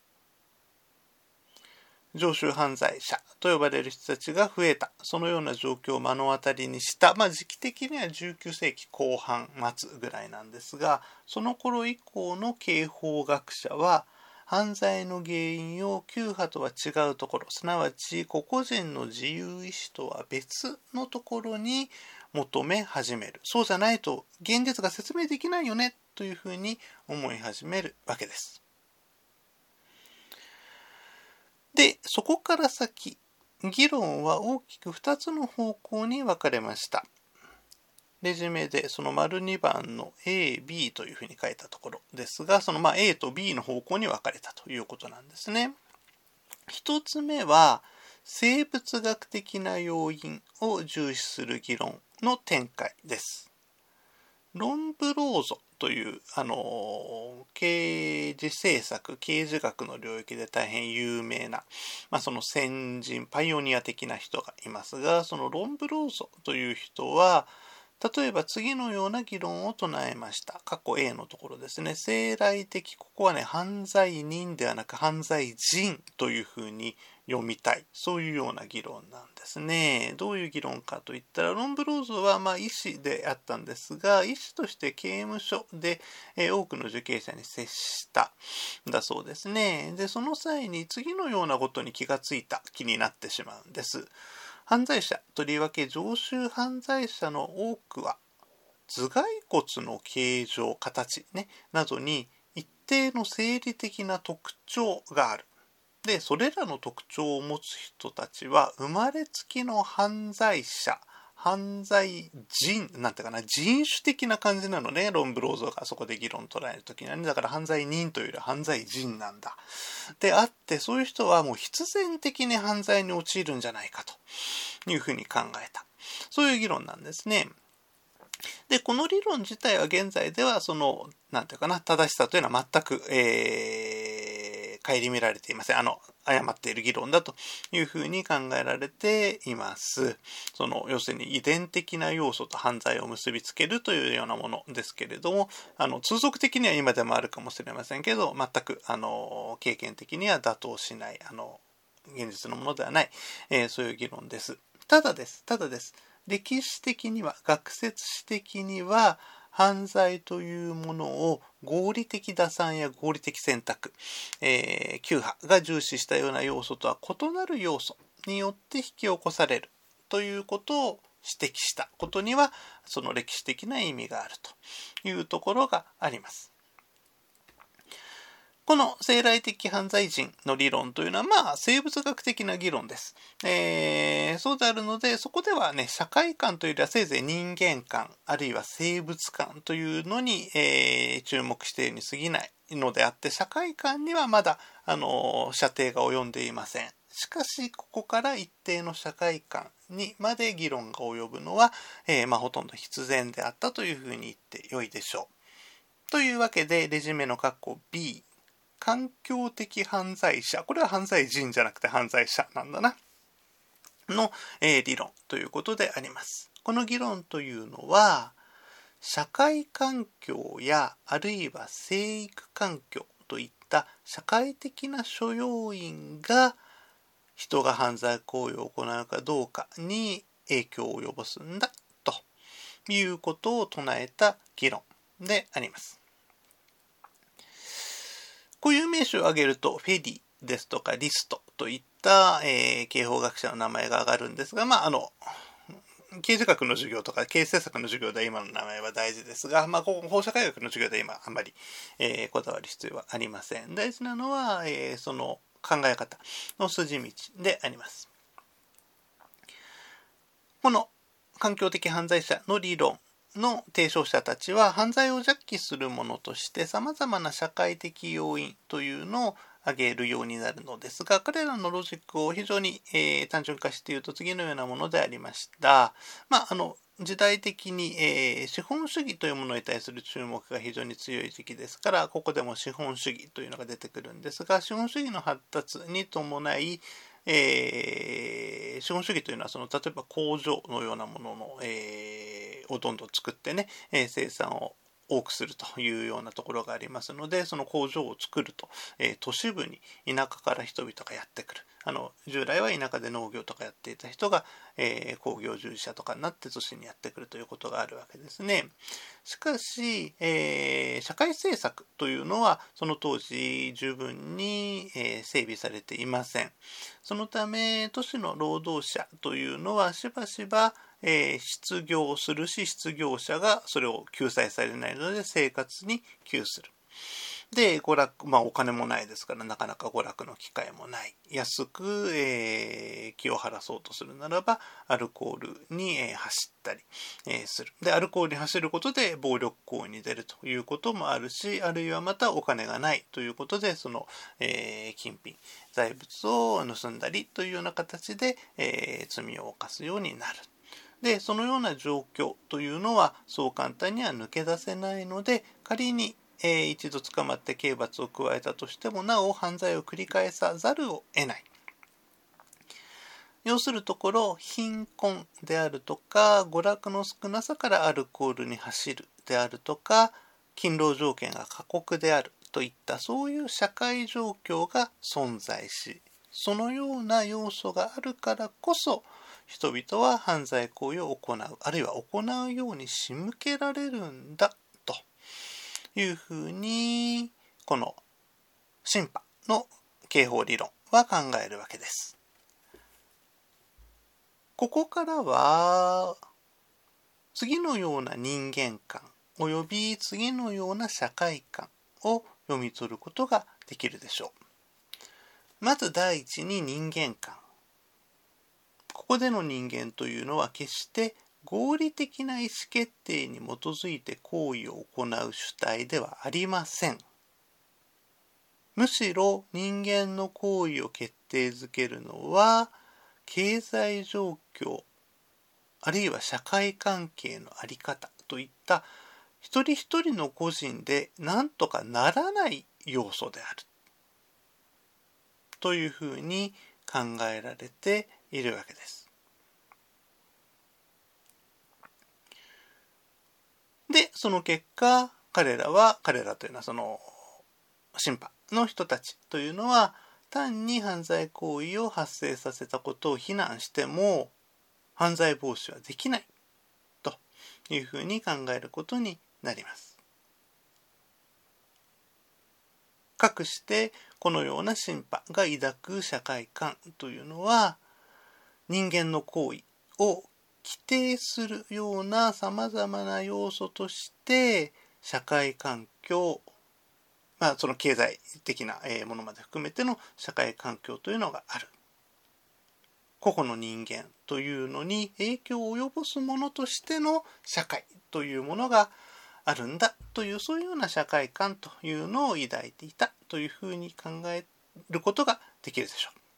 常習犯罪者と呼ばれる人たちが増えた、そのような状況を目の当たりにした、まあ時期的にはじゅうきゅうせいきこう半末ぐらいなんですが、その頃以降の刑法学者は犯罪の原因を旧派とは違うところ、すなわち個々人の自由意志とは別のところに求め始める。そうじゃないと現実が説明できないよねというふうに思い始めるわけです。で、そこから先、議論は大きくふたつの方向に分かれました。レジュメでその丸にばんの A、B というふうに書いたところですが、そのまあ A と B の方向に分かれたということなんですね。一つ目は、生物学的な要因を重視する議論の展開です。ロンブローゾというあの刑事政策、刑事学の領域で大変有名な、まあ、その先人パイオニア的な人がいますが、そのロンブローゾという人は例えば次のような議論を唱えました。過去 A のところですね。生来的、ここはね、犯罪人ではなく犯罪人というふうに読みたい。そういうような議論なんですね。どういう議論かといったら、ロンブローズはまあ医師であったんですが、医師として刑務所で、えー、多くの受刑者に接したんだそうですね。で、その際に次のようなことに気がついた気になってしまうんです。犯罪者、とりわけ常習犯罪者の多くは、頭蓋骨の形状、形、ね、などに一定の生理的な特徴がある。で、それらの特徴を持つ人たちは、生まれつきの犯罪者、犯罪人、なんていうかな、人種的な感じなのね、ロンブローゾーがそこで議論を捉えるときにはね。だから犯罪人というよりは犯罪人なんだ。であって、そういう人はもう必然的に犯罪に陥るんじゃないかというふうに考えた。そういう議論なんですね。で、この理論自体は現在では、その、なんていうかな、正しさというのは全く、えー、顧みられていません。あの、誤っている議論だというふうに考えられています。その、要するに遺伝的な要素と犯罪を結びつけるというようなものですけれども、あの、通俗的には今でもあるかもしれませんけど、全く、あの、経験的には妥当しない、あの、現実のものではない、えー、そういう議論です。ただです。ただです。歴史的には、学説史的には、犯罪というものを合理的打算や合理的選択、えー、旧派が重視したような要素とは異なる要素によって引き起こされるということを指摘したことには、その歴史的な意味があるというところがあります。この生来的犯罪人の理論というのは、まあ、生物学的な議論です。えー、そうであるので、そこではね、社会観というよりはせいぜい人間観、あるいは生物観というのに、えー、注目しているに過ぎないのであって、社会観にはまだ、あの、射程が及んでいません。しかし、ここから一定の社会観にまで議論が及ぶのは、えー、まあ、ほとんど必然であったというふうに言ってよいでしょう。というわけで、レジュメの括弧 B、環境的犯罪者、これは犯罪人じゃなくて犯罪者なんだな、の、えー、理論ということであります。この議論というのは、社会環境やあるいは生育環境といった社会的な諸要因が人が犯罪行為を行うかどうかに影響を及ぼすんだということを唱えた議論であります。固有名詞を挙げると、フェディですとかリストといった、えー、刑法学者の名前が挙がるんですが、まあ、あの、刑事学の授業とか刑事政策の授業では今の名前は大事ですが、まあ、ここ法社会学の授業で今あんまり、えー、こだわる必要はありません。大事なのは、えー、その考え方の筋道であります。この環境的犯罪者の理論の提唱者たちは、犯罪を弱気するものとして様々な社会的要因というのを挙げるようになるのですが、彼らのロジックを非常に、えー、単純化して言うと次のようなものでありました。まあ、あの時代的に、えー、資本主義というものに対する注目が非常に強い時期ですから、ここでも資本主義というのが出てくるんですが、資本主義の発達に伴い、えー、資本主義というのはその例えば工場のようなものの、えー、をどんどん作ってね、えー、生産を多くするというようなところがありますので、その工場を作ると、えー、都市部に田舎から人々がやってくる。あの従来は田舎で農業とかやっていた人が、えー、工業従事者とかになって都市にやってくるということがあるわけですね。しかし、えー、社会政策というのはその当時十分に、えー、整備されていません。そのため都市の労働者というのはしばしば、えー、失業するし、失業者がそれを救済されないので生活に窮する。で、娯楽、まあお金もないですから、なかなか娯楽の機会もない。安く、えー、気を晴らそうとするならば、アルコールに、えー、走ったり、えー、する。で、アルコールに走ることで暴力行為に出るということもあるし、あるいはまたお金がないということで、その、えー、金品、財物を盗んだりというような形で、えー、罪を犯すようになる。で、そのような状況というのはそう簡単には抜け出せないので、仮にえー、一度捕まって刑罰を加えたとしてもなお犯罪を繰り返さざるを得ない。要するところ、貧困であるとか娯楽の少なさからアルコールに走るであるとか、勤労条件が過酷であるといったそういう社会状況が存在し、 そのような要素があるからこそ、人々は犯罪行為を行う、あるいは行うように仕向けられるんだというふうに、このシンパの刑法理論は考えるわけです。ここからは次のような人間観および次のような社会観を読み取ることができるでしょう。まず第一に人間観。ここでの人間というのは決して合理的な意思決定に基づいて行為を行う主体ではありません。むしろ人間の行為を決定づけるのは経済状況あるいは社会関係の在り方といった一人一人の個人で何とかならない要素であるというふうに考えられているわけです。で、その結果、彼らは、彼らというのはそのシンパの人たちというのは単に犯罪行為を発生させたことを非難しても犯罪防止はできないというふうに考えることになります。かくしてこのようなシンパが抱く社会観というのは人間の行為を規定するようなさまざまな要素として社会環境、まあその経済的なものまで含めての社会環境というのがある。個々の人間というのに影響を及ぼすものとしての社会というものがあるんだというそういうような社会観というのを抱いていたというふうに考えることができるでしょう。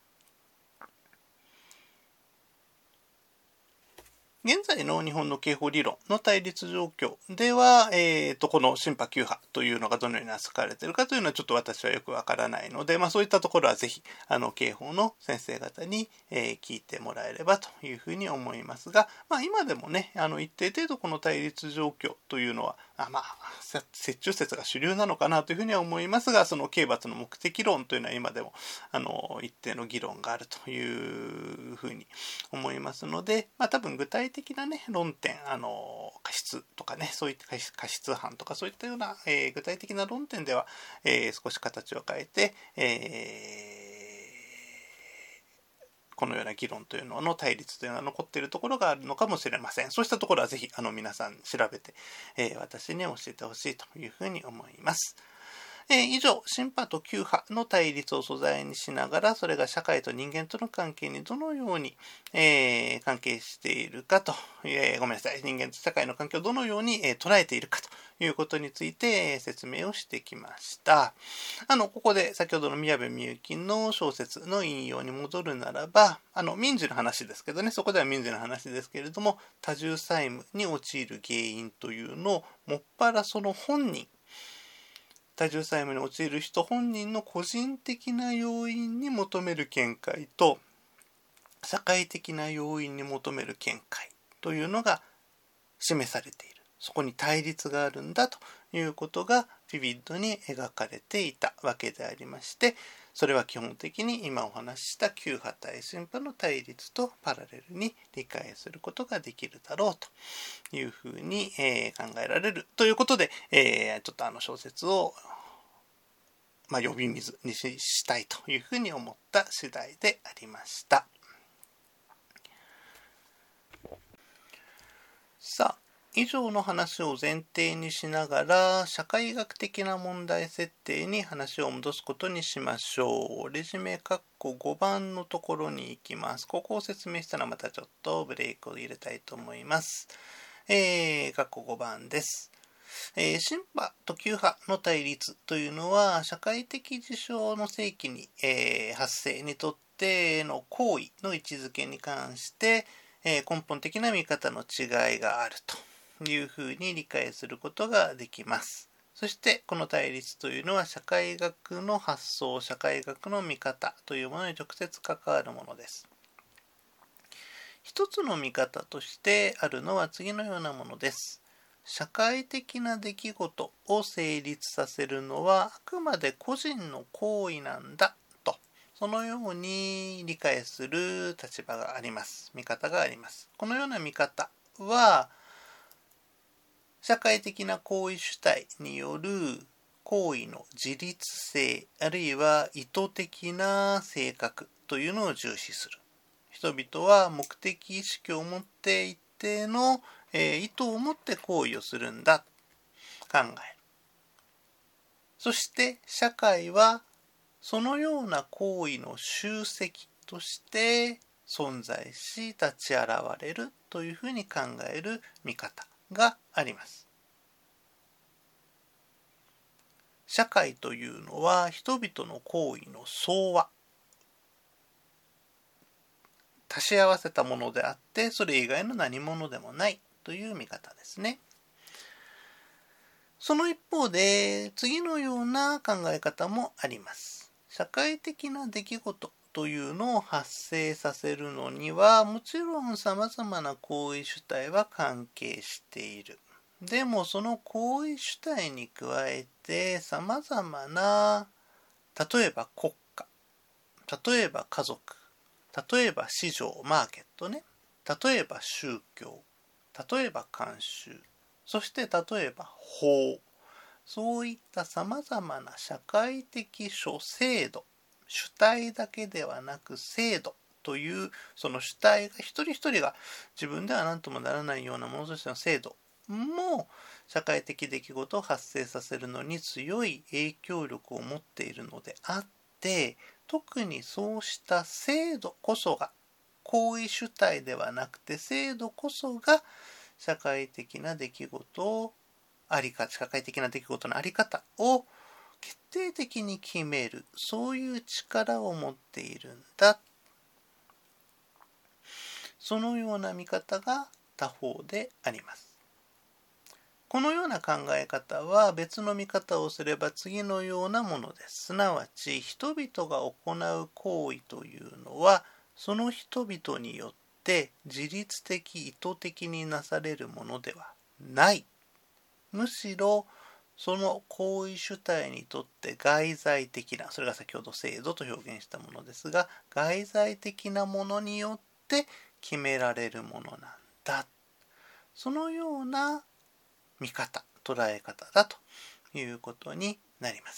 現在の日本の刑法理論の対立状況では、えー、とこのシンパ旧派というのがどのように扱われているかというのはちょっと私はよくわからないので、まあ、そういったところはぜひあの刑法の先生方に、えー、聞いてもらえればというふうに思いますが、まあ、今でもねあの一定程度この対立状況というのはあまあ折衷説が主流なのかなというふうには思いますが、その刑罰の目的論というのは今でもあの一定の議論があるというふうに思いますので、まあ、多分具体的なね論点あの過失とかねそういった過失犯とかそういったような、えー、具体的な論点では、えー、少し形を変えて、えーこのような議論というのの対立というのは残っているところがあるのかもしれません。そうしたところはぜひあの皆さん調べて、えー、私に教えてほしいというふうに思います。えー、以上、シンパと旧派の対立を素材にしながら、それが社会と人間との関係にどのように、えー、関係しているかと、えー、ごめんなさい、人間と社会の関係をどのように、えー、捉えているかということについて、えー、説明をしてきました。あの、ここで先ほどの宮部みゆきの小説の引用に戻るならば、あの、民事の話ですけどね、そこでは民事の話ですけれども、多重債務に陥る原因というのを、もっぱらその本人、多重債務に陥る人本人の個人的な要因に求める見解と社会的な要因に求める見解というのが示されている。そこに対立があるんだということがビビッドに描かれていたわけでありまして、それは基本的に今お話しした旧派対シン派の対立とパラレルに理解することができるだろうというふうに、えー、考えられるということで、えー、ちょっとあの小説をまあ、呼び水にしたいというふうに思った次第でありました。さあ、以上の話を前提にしながら社会学的な問題設定に話を戻すことにしましょう。レジュメ括弧ごばんのところに行きます。ここを説明したらまたちょっとブレイクを入れたいと思います。えー、括弧ごばんです。えー、シンパと旧派の対立というのは社会的事象の世紀に、えー、発生にとっての行為の位置づけに関して、えー、根本的な見方の違いがあるというふうに理解することができます。そしてこの対立というのは社会学の発想、社会学の見方というものに直接関わるものです。一つの見方としてあるのは次のようなものです。社会的な出来事を成立させるのはあくまで個人の行為なんだと、 そのように理解する立場があります。見方があります。このような見方は、社会的な行為主体による行為の自律性、あるいは意図的な性格というのを重視する。人々は目的意識を持って一定の、えー、意図を持って行為をするんだと考える。そして社会はそのような行為の集積として存在し立ち現れるというふうに考える見方があります。社会というのは人々の行為の総和、足し合わせたものであってそれ以外の何者でもないという見方ですね。その一方で次のような考え方もあります。社会的な出来事というのを発生させるのにはもちろんさまざまな行為主体は関係している。でもその行為主体に加えてさまざまな、例えば国家、例えば家族、例えば市場、マーケットね、例えば宗教、例えば慣習、そして例えば法、そういったさまざまな社会的諸制度、主体だけではなく制度というその主体が一人一人が自分では何ともならないようなものとしての制度も社会的出来事を発生させるのに強い影響力を持っているのであって、特にそうした制度こそが行為主体ではなくて制度こそが社会的な出来事をありか社会的な出来事のあり方を決定的に決める、そういう力を持っているんだ。そのような見方が他方であります。このような考え方は別の見方をすれば次のようなものです。すなわち人々が行う行為というのはその人々によって自律的意図的になされるものではない。むしろその行為主体にとって外在的な、それが先ほど制度と表現したものですが、外在的なものによって決められるものなんだ。そのような見方、捉え方だということになります。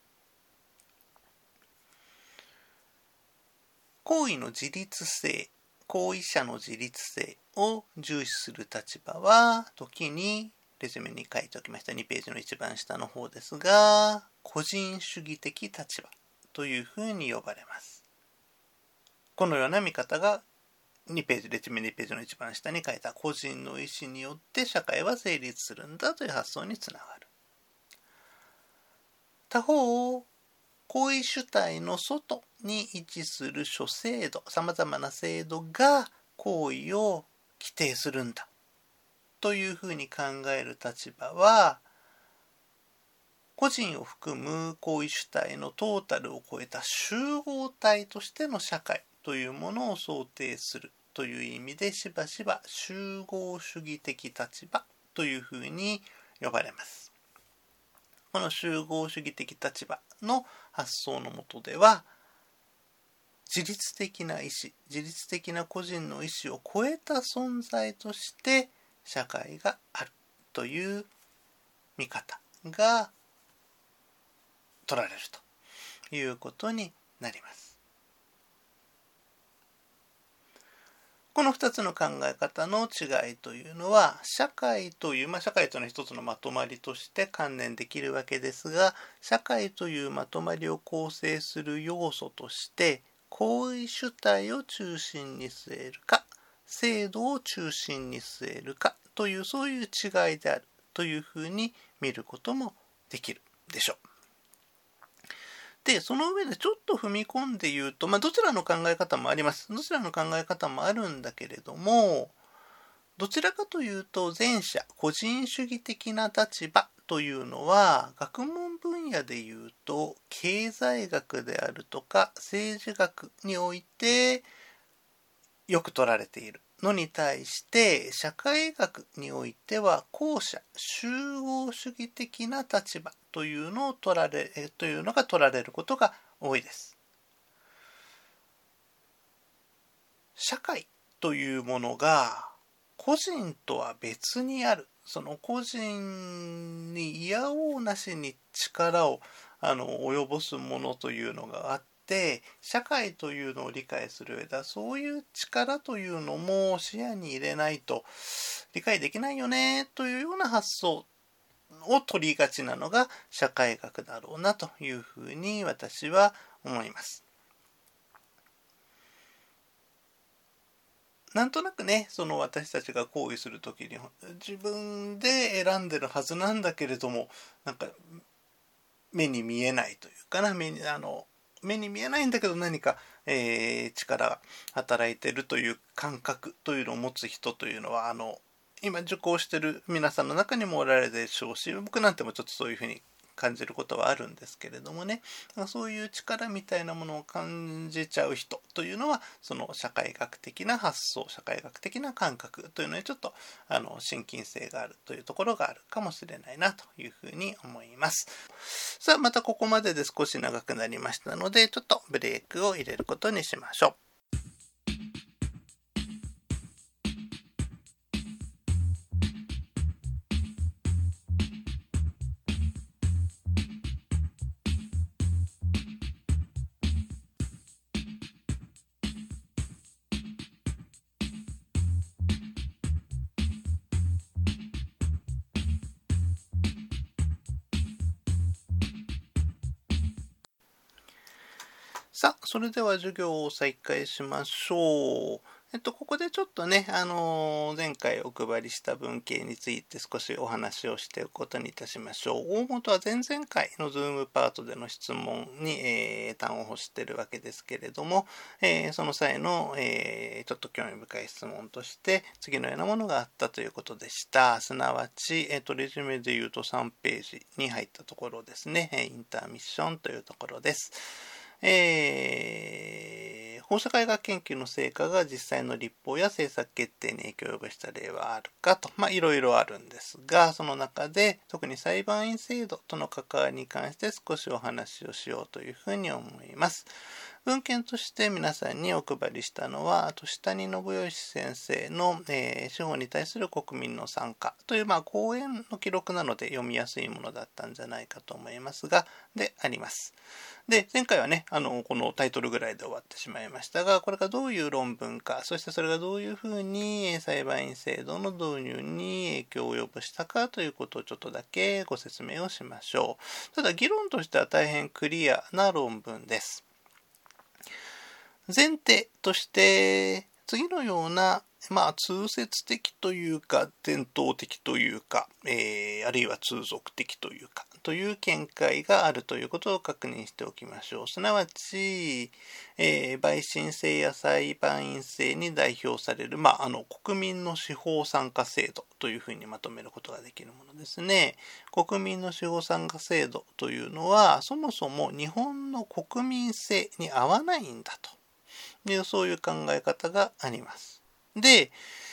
行為の自律性、行為者の自律性を重視する立場は、時にレジュメに書いておきましたにページの一番下の方ですが、個人主義的立場というふうに呼ばれます。このような見方がにページ、レジュメにページの一番下に書いた個人の意思によって社会は成立するんだという発想につながる。他方、行為主体の外に位置する諸制度、さまざまな制度が行為を規定するんだというふうに考える立場は、個人を含む行為主体のトータルを超えた集合体としての社会というものを想定するという意味でしばしば集合主義的立場というふうに呼ばれます。この集合主義的立場の発想の下では、自律的な意思、自律的な個人の意思を超えた存在として社会があるという見方が取られるということになります。このふたつの考え方の違いというのは、社会という、まあ、社会というのは一つのまとまりとして観念できるわけですが、社会というまとまりを構成する要素として、行為主体を中心に据えるか、制度を中心に据えるかという、そういう違いであるというふうに見ることもできるでしょう。で、その上でちょっと踏み込んで言うと、まあ、どちらの考え方もあります。どちらの考え方もあるんだけれども、どちらかというと前者、個人主義的な立場というのは、学問分野で言うと、経済学であるとか政治学においてよく取られているのに対して、社会学においては後者、集合主義的な立場というのを取られというのが取られることが多いです。 社会というものが個人とは別にある。その個人にいやおうなしに力をあの及ぼすものというのがあって、社会というのを理解する上ではそういう力というのも視野に入れないと理解できないよねというような発想を取りがちなのが社会学だろうなというふうに私は思います。なんとなくね、その私たちが行為するときに自分で選んでるはずなんだけれども、なんか目に見えないというかな、目にあの目に見えないんだけど何か、えー、力が働いてるという感覚というのを持つ人というのはあの今受講してる皆さんの中にもおられるでしょうし、僕なんてもちょっとそういうふうに感じることはあるんですけれどもね、そういう力みたいなものを感じちゃう人というのはその社会学的な発想、社会学的な感覚というのにちょっとあの親近性があるというところがあるかもしれないなというふうに思います。さあまたここまでで少し長くなりましたのでちょっとブレイクを入れることにしましょう。さあ、それでは授業を再開しましょう。えっと、ここでちょっとね、あのー、前回お配りした文系について少しお話をしていくことにいたしましょう。大元は前々回のズームパートでの質問に、えー、端を欲しているわけですけれども、えー、その際の、えー、ちょっと興味深い質問として、次のようなものがあったということでした。すなわち、えっと、レジュメで言うとさんページに入ったところですね。インターミッションというところです。えー、放射科医学研究の成果が実際の立法や政策決定に影響を及ぼした例はあるかと、まあいろいろあるんですが、その中で特に裁判員制度との関わりに関して少しお話をしようというふうに思います。文献として皆さんにお配りしたのは、年谷信義先生の、えー、司法に対する国民の参加という、まあ、講演の記録なので読みやすいものだったんじゃないかと思いますが、であります。で、前回はね、あの、このタイトルぐらいで終わってしまいましたが、これがどういう論文か、そしてそれがどういうふうに裁判員制度の導入に影響を及ぼしたかということをちょっとだけご説明をしましょう。ただ、議論としては大変クリアな論文です。前提として次のような、まあ、通説的というか伝統的というか、えー、あるいは通俗的というかという見解があるということを確認しておきましょう。すなわち、えー、陪審制や裁判員制に代表される、まあ、あの国民の司法参加制度というふうにまとめることができるものですね。国民の司法参加制度というのはそもそも日本の国民性に合わないんだというそういう考え方があります。で、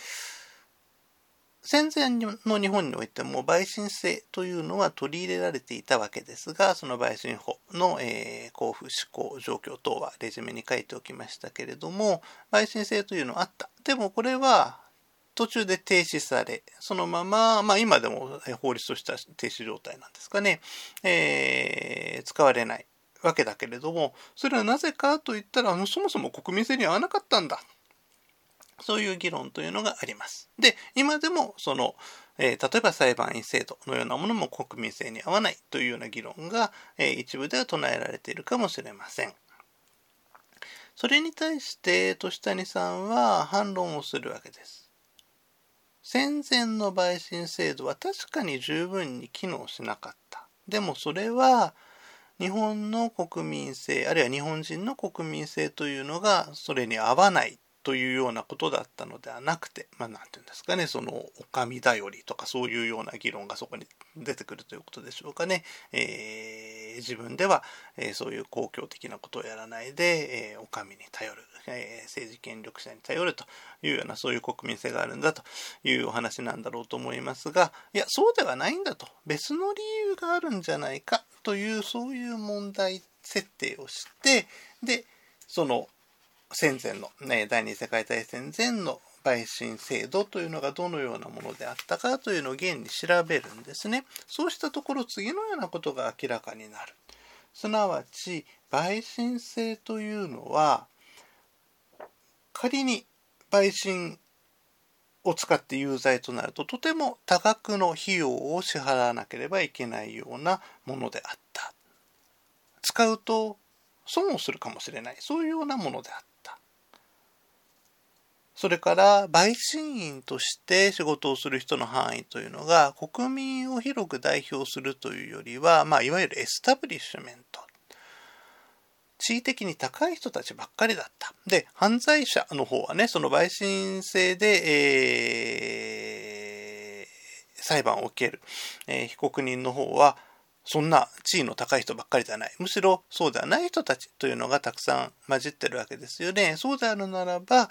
戦前の日本においても陪審制というのは取り入れられていたわけですが、その陪審法の、えー、交付施行状況等はレジュメに書いておきましたけれども、陪審制というのはあった。でもこれは途中で停止され、そのまま、まあ今でも法律としては停止状態なんですかね、えー、使われないわけだけれども、それはなぜかといったら、そもそも国民性に合わなかったんだ。そういう議論というのがあります。で、今でもその、えー、例えば裁判員制度のようなものも国民性に合わないというような議論が、えー、一部では唱えられているかもしれません。それに対して年谷さんは反論をするわけです。戦前の陪審制度は確かに十分に機能しなかった。でもそれは日本の国民性、あるいは日本人の国民性というのがそれに合わないというようなことだったのではなくて、まあなんていうんですかね、そのお上頼りとかそういうような議論がそこに出てくるということでしょうかね。えー、自分では、えー、そういう公共的なことをやらないで、えー、お上に頼る、えー、政治権力者に頼るというようなそういう国民性があるんだというお話なんだろうと思いますが、いやそうではないんだと、別の理由があるんじゃないかというそういう問題設定をして、でその戦前の、ね、第二次世界大戦前の陪審制度というのがどのようなものであったかというのを現に調べるんですね。そうしたところ次のようなことが明らかになる。すなわち陪審制というのは、仮に陪審を使って有罪となるととても多額の費用を支払わなければいけないようなものであった。使うと損をするかもしれない、そういうようなものであった。それから陪審員として仕事をする人の範囲というのが国民を広く代表するというよりは、まあ、いわゆるエスタブリッシュメント、地位的に高い人たちばっかりだった。で、犯罪者の方はね、その陪審制で、えー、裁判を受ける、えー、被告人の方はそんな地位の高い人ばっかりじゃない。むしろそうではない人たちというのがたくさん混じってるわけですよね。そうであるならば、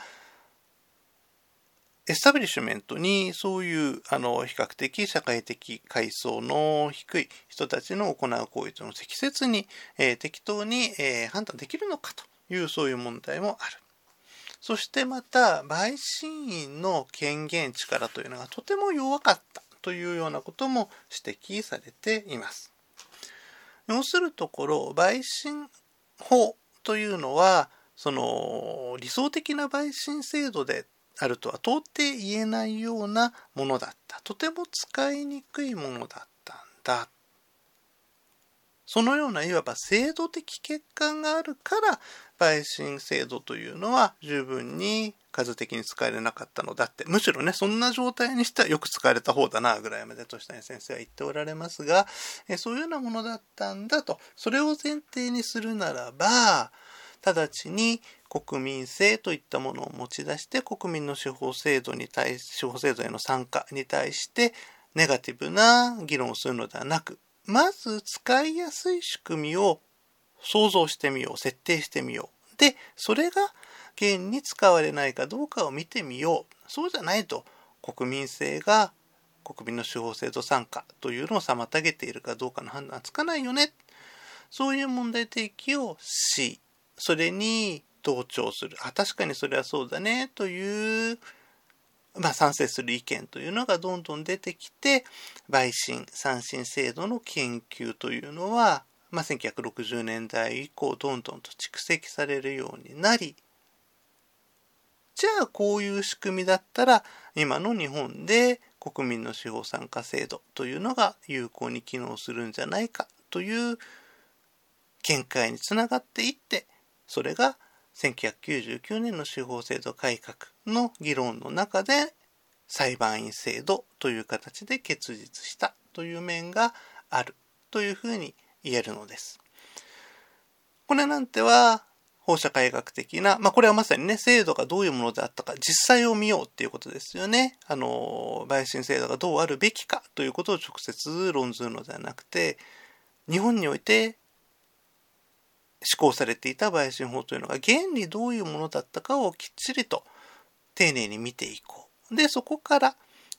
エスタブリッシュメントにそういうあの比較的社会的階層の低い人たちの行う行為というのを適切に、えー、適当に、えー、判断できるのかというそういう問題もある。そしてまた陪審員の権限力というのがとても弱かったというようなことも指摘されています。要するところ、陪審法というのはその理想的な陪審制度であるとは到底言えないようなものだった。とても使いにくいものだったんだ。そのようないわば制度的欠陥があるから陪審制度というのは十分に数的に使えなかったのだって、むしろね、そんな状態にしてはよく使われた方だなぐらいまで年谷先生は言っておられますが、えそういうようなものだったんだと、それを前提にするならば、直ちに国民性といったものを持ち出して国民の司法制度に対し司法制度への参加に対してネガティブな議論をするのではなく、まず使いやすい仕組みを想像してみよう、設定してみよう。で、それが現に使われないかどうかを見てみよう。そうじゃないと国民性が国民の司法制度参加というのを妨げているかどうかの判断はつかないよね。そういう問題提起をし、それに同調する。あ、確かにそれはそうだねという、まあ、賛成する意見というのがどんどん出てきて、陪審、三審制度の研究というのは、まあ、せんきゅうひゃくろくじゅうねんだい以降どんどんと蓄積されるようになり、じゃあこういう仕組みだったら今の日本で国民の司法参加制度というのが有効に機能するんじゃないかという見解につながっていって、それがせんきゅうひゃくきゅうじゅうきゅうねんの司法制度改革の議論の中で裁判員制度という形で結実したという面があるというふうに言えるのです。これなんては法社会学的な、まあこれはまさにね、制度がどういうものであったか実際を見ようっていうことですよね。あの陪審制度がどうあるべきかということを直接論ずるのではなくて、日本において施行されていた陪審法というのが現にどういうものだったかをきっちりと丁寧に見ていこう。で、そこから、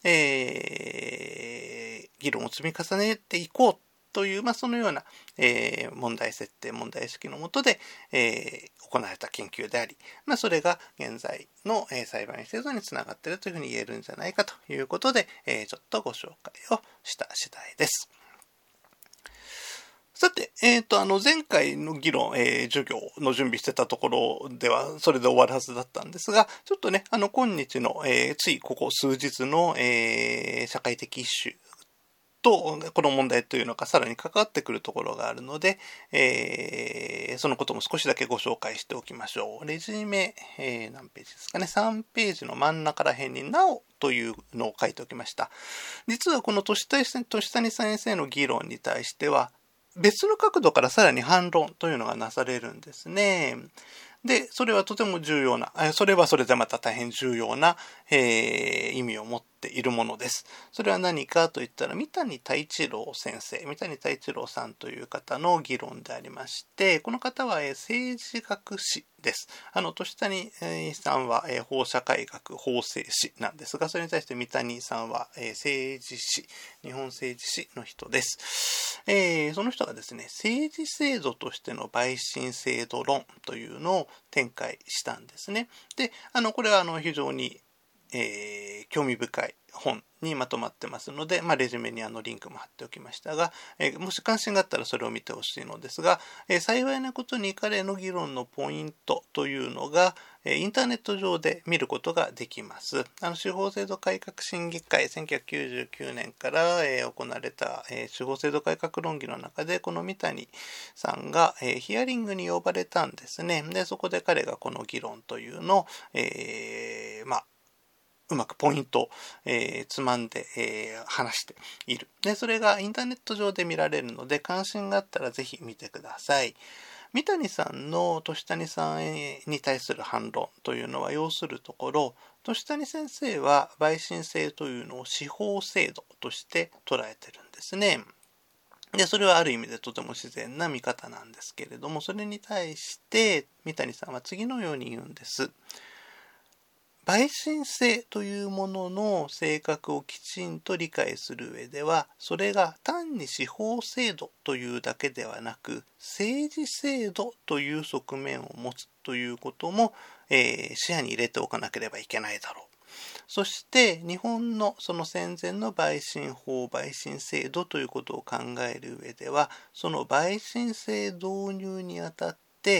えー、議論を積み重ねていこうという、まあ、そのような、えー、問題設定、問題意識のもとで、えー、行われた研究であり、まあ、それが現在の、えー、裁判員制度につながっているというふうに言えるんじゃないかということで、えー、ちょっとご紹介をした次第です。さて、えっと、あの、前回の議論、えー、授業の準備してたところでは、それで終わるはずだったんですが、ちょっとね、あの、今日の、えー、ついここ数日の、えー、社会的イシューと、この問題というのがさらに関わってくるところがあるので、えー、そのことも少しだけご紹介しておきましょう。レジュメ、えー、何ページですかね。さんページの真ん中ら辺になおというのを書いておきました。実はこの年谷先生の議論に対しては、別の角度からさらに反論というのがなされるんですね。で、それはとても重要な、それはそれでまた大変重要な、えー、意味を持ってっているものです。それは何かといったら、三谷太一郎先生、三谷太一郎さんという方の議論でありまして、この方は政治学士です。あの、年谷さんは法社会学、法制史なんですが、それに対して三谷さんは政治史、日本政治史の人です。えー、その人がですね、政治制度としての陪審制度論というのを展開したんですね。で、あの、これはあの非常に、えー、興味深い本にまとまってますので、まあ、レジュメにあのリンクも貼っておきましたが、えー、もし関心があったらそれを見てほしいのですが、えー、幸いなことに彼の議論のポイントというのが、えー、インターネット上で見ることができます。あの司法制度改革審議会、せんきゅうひゃくきゅうじゅうきゅうねんから、えー、行われた、えー、司法制度改革論議の中で、この三谷さんが、えー、ヒアリングに呼ばれたんですね。で、そこで彼がこの議論というのを、えー、まあうまくポイントを、えー、つまんで、えー、話している。で、それがインターネット上で見られるので、関心があったらぜひ見てください。三谷さんの年谷さんに対する反論というのは、要するところ、年谷先生は陪審制というのを司法制度として捉えてるんですね。で、それはある意味でとても自然な見方なんですけれども、それに対して三谷さんは次のように言うんです。陪審制というものの性格をきちんと理解する上では、それが単に司法制度というだけではなく、政治制度という側面を持つということも、えー、視野に入れておかなければいけないだろう。そして日本のその戦前の陪審法、陪審制度ということを考える上では、その陪審制導入にあたって、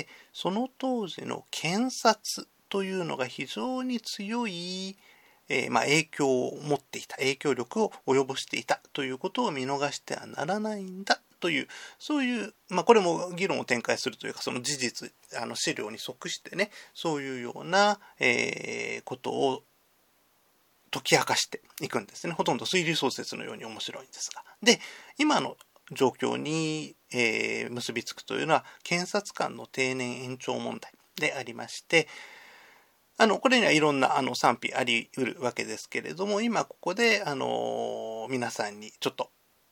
その当時の検察というのが非常に強い、えーまあ、影響を持っていた、影響力を及ぼしていたということを見逃してはならないんだという、そういう、まあ、これも議論を展開するというか、その事実、あの資料に即してね、そういうような、えー、ことを解き明かしていくんですね。ほとんど推理小説のように面白いんですが。で、今の状況に、えー、結びつくというのは、検察官の定年延長問題でありまして、あの、これにはいろんなあの賛否あり得るわけですけれども、今ここで、あの、皆さんにちょっと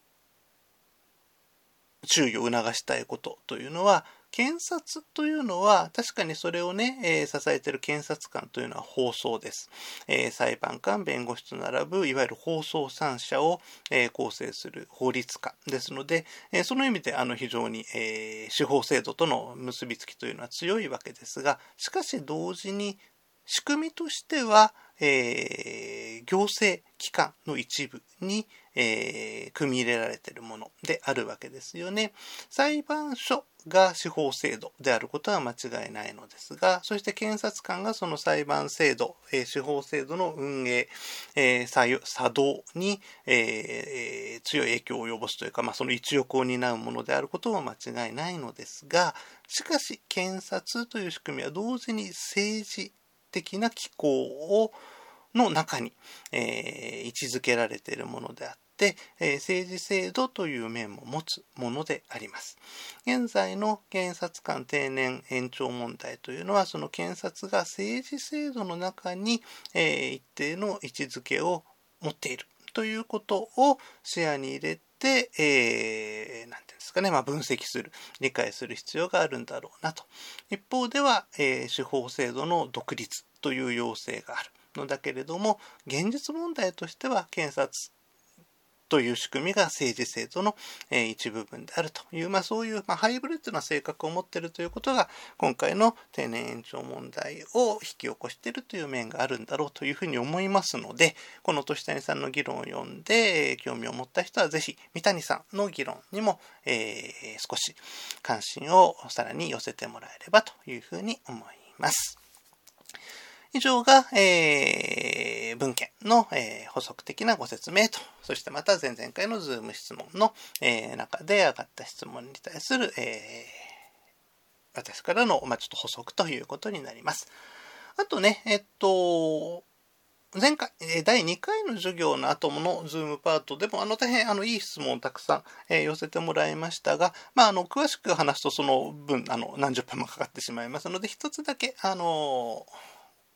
注意を促したいことというのは、検察というのは、確かにそれをね、えー、支えている検察官というのは法曹です。えー、裁判官、弁護士と並ぶ、いわゆる法曹三者を、えー、構成する法律家ですので、えー、その意味であの非常に、えー、司法制度との結びつきというのは強いわけですが、しかし同時に仕組みとしては、えー、行政機関の一部に、えー、組み入れられているものであるわけですよね。裁判所が司法制度であることは間違いないのですが、そして検察官がその裁判制度、えー、司法制度の運営、えー、作作動に、えー、強い影響を及ぼすというか、まあ、その一翼を担うものであることは間違いないのですが、しかし検察という仕組みは同時に政治的な機構をの中に、えー、位置づけられているものであって、えー、政治制度という面も持つものであります。現在の検察官定年延長問題というのは、その検察が政治制度の中に、えー、一定の位置づけを持っているということを視野に入れて、えー、なんていうんですかね、まあ、分析する、理解する必要があるんだろうなと。一方では、えー、司法制度の独立という要請があるのだけれども、現実問題としては検察という仕組みが政治制度の、えー、一部分であるという、まあ、そういう、まあ、ハイブリッドな性格を持っているということが、今回の定年延長問題を引き起こしているという面があるんだろうというふうに思いますので、この年谷さんの議論を読んで、えー、興味を持った人はぜひ三谷さんの議論にも、えー、少し関心をさらに寄せてもらえればというふうに思います。以上が、えー、文献の、えー、補足的なご説明と、そしてまた前々回のズーム質問の、えー、中で上がった質問に対する、えー、私からの、まあ、ちょっと補足ということになります。あとね、えっと、前回、だいにかいの授業の後のズームパートでも、あの大変あのいい質問をたくさん、えー、寄せてもらいましたが、まあ、あの詳しく話すとその分あの何十分もかかってしまいますので、一つだけ、あの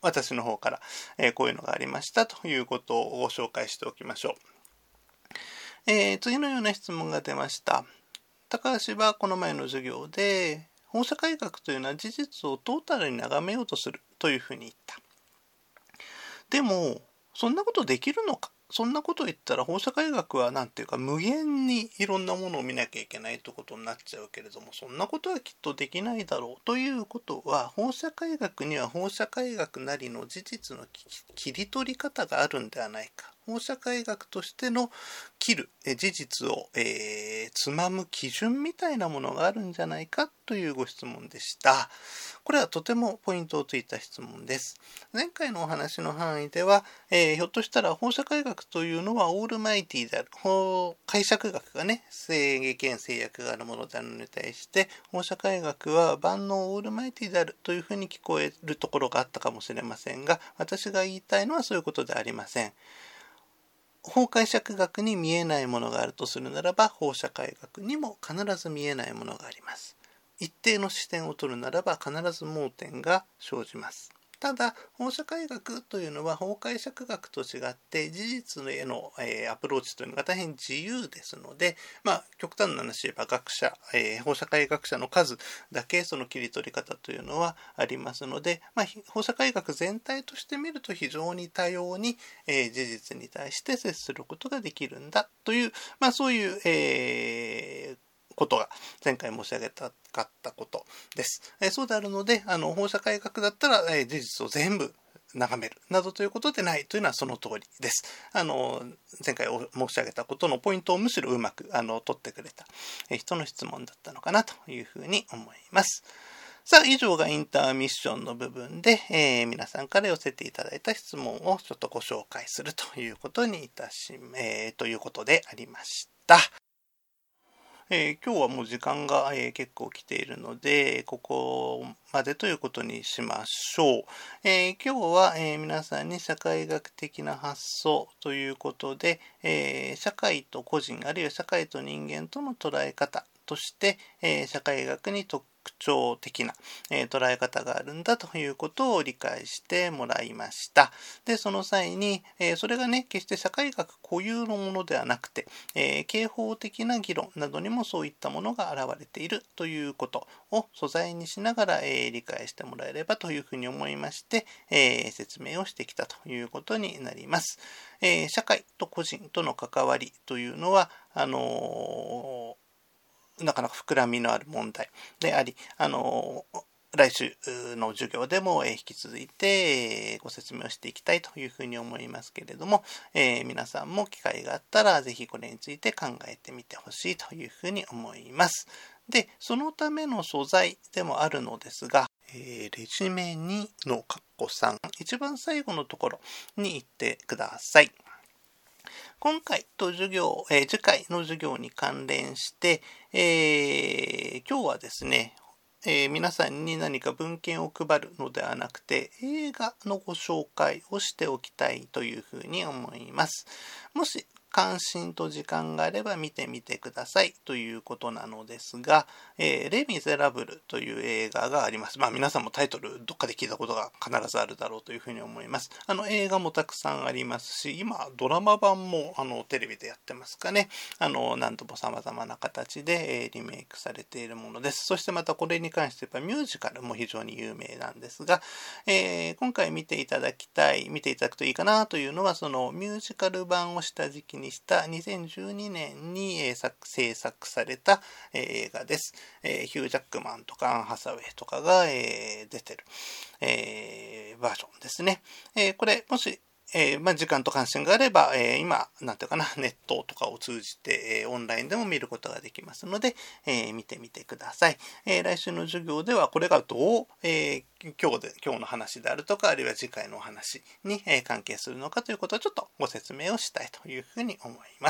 私の方から、えー、こういうのがありましたということをご紹介しておきましょう。えー、次のような質問が出ました。高橋はこの前の授業で、放射科医学というのは事実をトータルに眺めようとするというふうに言った。でも、そんなことできるのか。そんなことを言ったら放射科医学はなんていうか無限にいろんなものを見なきゃいけないということになっちゃうけれども、そんなことはきっとできないだろうということは、放射科医学には放射科医学なりの事実の切り取り方があるんではないか。放射科医学としての切る事実を、えー、つまむ基準みたいなものがあるんじゃないかというご質問でした。これはとてもポイントをついた質問です。前回のお話の範囲では、えー、ひょっとしたら放射科医学というのはオールマイティである。解釈学がね、制限制約があるものであるのに対して、放射科医学は万能オールマイティであるというふうに聞こえるところがあったかもしれませんが、私が言いたいのはそういうことではありません。法解釈学に見えないものがあるとするならば、放射科医学にも必ず見えないものがあります。一定の視点を取るならば必ず盲点が生じます。ただ、放射科医学というのは法解釈学と違って事実への、えー、アプローチというのが大変自由ですので、まあ、極端な話言えば学者、えー、放射科医学者の数だけその切り取り方というのはありますので、まあ、放射科医学全体として見ると非常に多様に、えー、事実に対して接することができるんだという、まあ、そういう、えーことが前回申し上げたかったことです。えー、そうであるので、あの放射科医学だったら、えー、事実を全部眺めるなどということでないというのはその通りです。あの前回申し上げたことのポイントをむしろうまくあの取ってくれた、えー、人の質問だったのかなというふうに思います。さあ、以上がインターミッションの部分で、えー、皆さんから寄せていただいた質問をちょっとご紹介するということにいたし、えー、ということでありました。えー、今日はもう時間が、えー、結構来ているので、ここまでということにしましょう。えー、今日は、えー、皆さんに社会学的な発想ということで、えー、社会と個人、あるいは社会と人間との捉え方として、えー、社会学に特徴的な、えー、捉え方があるんだということを理解してもらいました。で、その際に、えー、それがね、決して社会学固有のものではなくて、えー、刑法的な議論などにもそういったものが現れているということを素材にしながら、えー、理解してもらえればというふうに思いまして、えー、説明をしてきたということになります。えー、社会と個人との関わりというのは、あのーなかなか膨らみのある問題であり、あの、来週の授業でも引き続いてご説明をしていきたいというふうに思いますけれども、えー、皆さんも機会があったらぜひこれについて考えてみてほしいというふうに思います。で、そのための素材でもあるのですが、えー、レジュメにの括弧さん、一番最後のところに行ってください。今回と授業、えー、次回の授業に関連して、えー、今日はですね、えー、皆さんに何か文献を配るのではなくて、映画のご紹介をしておきたいというふうに思います。もし関心と時間があれば見てみてくださいということなのですが、えー、レ・ミゼラブルという映画があります。まあ皆さんもタイトルどっかで聞いたことが必ずあるだろうというふうに思います。あの映画もたくさんありますし、今ドラマ版もあのテレビでやってますかね。あの何度も様々な形で、えー、リメイクされているものです。そしてまたこれに関して言えばミュージカルも非常に有名なんですが、えー、今回見ていただきたい、見ていただくといいかなというのは、そのミュージカル版を下敷きにしたにせんじゅうにねんに制作された映画です。ヒュー・ジャックマンとかアン・ハサウェイとかが出てるバージョンですね。これもしえーまあ、時間と関心があれば、えー、今、なんていうかな、ネットとかを通じて、えー、オンラインでも見ることができますので、えー、見てみてください。えー、来週の授業では、これがどう、えー、今日で、今日の話であるとか、あるいは次回のお話に、えー、関係するのかということをちょっとご説明をしたいというふうに思います。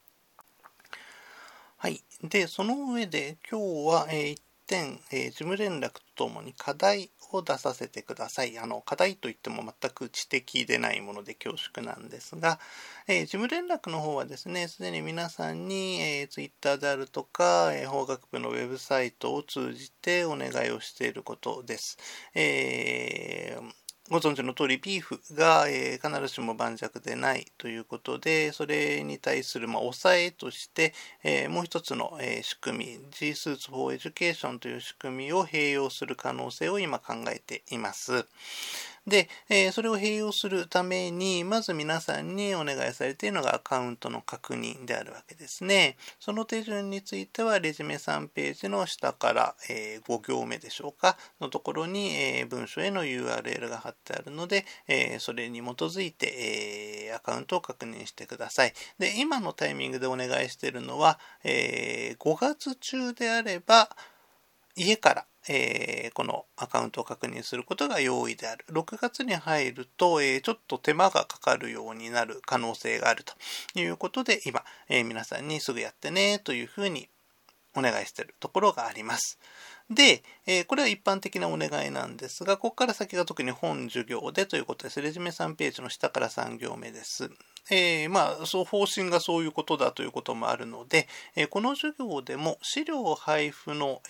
はい。で、その上で、今日は、えー、一点、えー、事務連絡とともに課題を出させてください。あの、課題といっても全く知的でないもので恐縮なんですが、えー、事務連絡の方はですね、すでに皆さんに、えー、Twitter であるとか、えー、法学部のウェブサイトを通じてお願いをしていることです。えーご存知の通り、ビーフが、えー、必ずしも盤石でないということで、それに対する、まあ、抑えとして、えー、もう一つの、えー、仕組み、G Suits for Education という仕組みを併用する可能性を今考えています。で、えー、それを併用するために、まず皆さんにお願いされているのがアカウントの確認であるわけですね。その手順については、レジュメさんページの下から、えー、ご行目でしょうか、のところに、えー、文書への ユーアールエル が貼ってあるので、えー、それに基づいて、えー、アカウントを確認してください。で、今のタイミングでお願いしているのは、えー、ごがつ中であれば、家から、えー、このアカウントを確認することが容易である。ろくがつに入ると、えー、ちょっと手間がかかるようになる可能性があるということで、今、えー、皆さんにすぐやってねというふうにお願いしているところがあります。で、えー、これは一般的なお願いなんですが、ここから先が特に本授業でということです。レジュメさんページの下からさん行目です。えー、まあ、そう、方針がそういうことだということもあるので、えー、この授業でも資料配布の、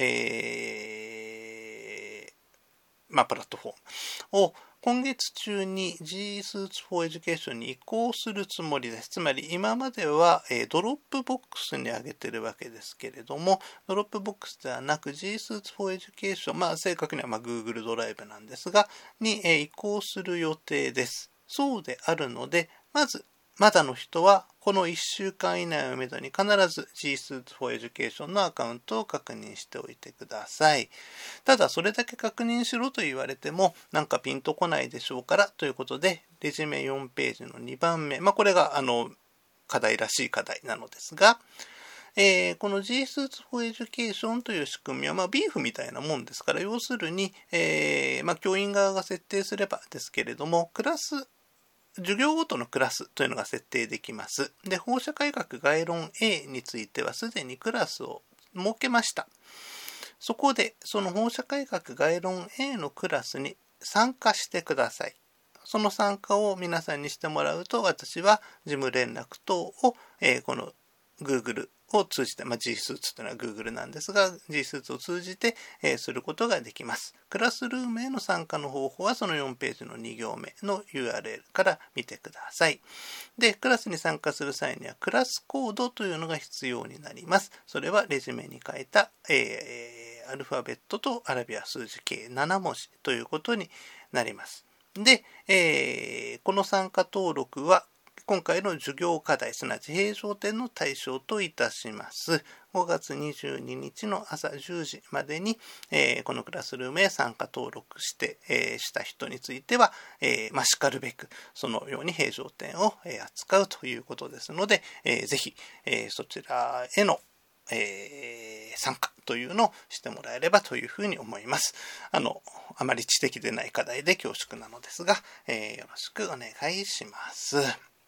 えー、まあ、プラットフォームを今月中に G Suits for Education に移行するつもりです。つまり今までは、えー、ドロップボックスに上げてるわけですけれども、ドロップボックスではなく G Suits for Education、まあ正確にはまあ Google ドライブなんですが、に、えー、移行する予定です。そうであるので、まず、まだの人はこのいっしゅうかん以内をめどに必ず G Suits for Education のアカウントを確認しておいてください。ただそれだけ確認しろと言われてもなんかピンとこないでしょうからということで、レジュメよんページのにばんめ、まあこれがあの課題らしい課題なのですが、えー、この G Suits for Education という仕組みは、まあ、ビーフみたいなもんですから、要するに、えーまあ、教員側が設定すればですけれども、クラス授業ごとのクラスというのが設定できます。で、放射改革概論 A についてはすでにクラスを設けました。そこで、その放射改革概論 A のクラスに参加してください。その参加を皆さんにしてもらうと、私は事務連絡等を、えー、この Google を通じて、まあ、G Suits というのは Google なんですが、G Suits を通じて、えー、することができます。クラスルームへの参加の方法はそのよんページのに行目の ユーアールエル から見てください。で、クラスに参加する際にはクラスコードというのが必要になります。それはレジュメに書いた、えー、アルファベットとアラビア数字計なな文字ということになります。で、えー、この参加登録は今回の授業課題、すなわち平常点の対象といたします。ごがつにじゅうににちの朝じゅうじまでに、えー、このクラスルームへ参加登録して、えー、した人については、えーまあ、しかるべくそのように平常点を、えー、扱うということですので、えー、ぜひ、えー、そちらへのえー、参加というのをしてもらえればというふうに思います。あの、あまり知的でない課題で恐縮なのですが、えー、よろしくお願いします。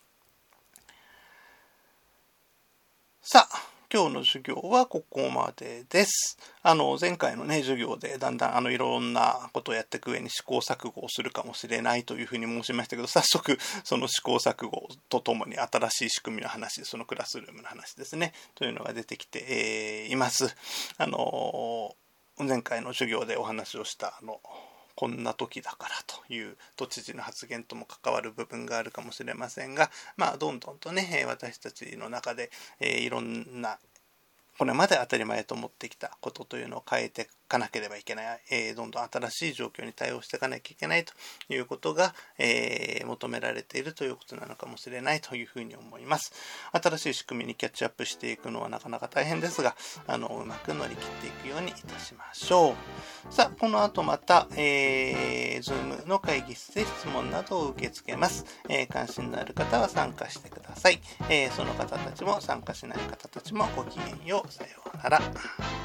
さあ、今日の授業はここまでです。あの、前回のね、授業でだんだんあの、いろんなことをやっていく上に試行錯誤をするかもしれないというふうに申しましたけど、早速その試行錯誤とともに新しい仕組みの話、そのクラスルームの話ですね、というのが出てきて、えー、います。あの、前回の授業でお話をした、あの、こんな時だからという都知事の発言とも関わる部分があるかもしれませんが、まあ、どんどんとね、私たちの中で、えー、いろんなこれまで当たり前と思ってきたことというのを変えていかなければいけない、えー、どんどん新しい状況に対応していかなきゃいけないということが、えー、求められているということなのかもしれないというふうに思います。新しい仕組みにキャッチアップしていくのはなかなか大変ですが、あのうまく乗り切っていくようにいたしましょう。さあ、この後また、えー、Zoom の会議室で質問などを受け付けます。えー、関心のある方は参加してください。えー、その方たちも参加しない方たちもごきげんよう。さようなら。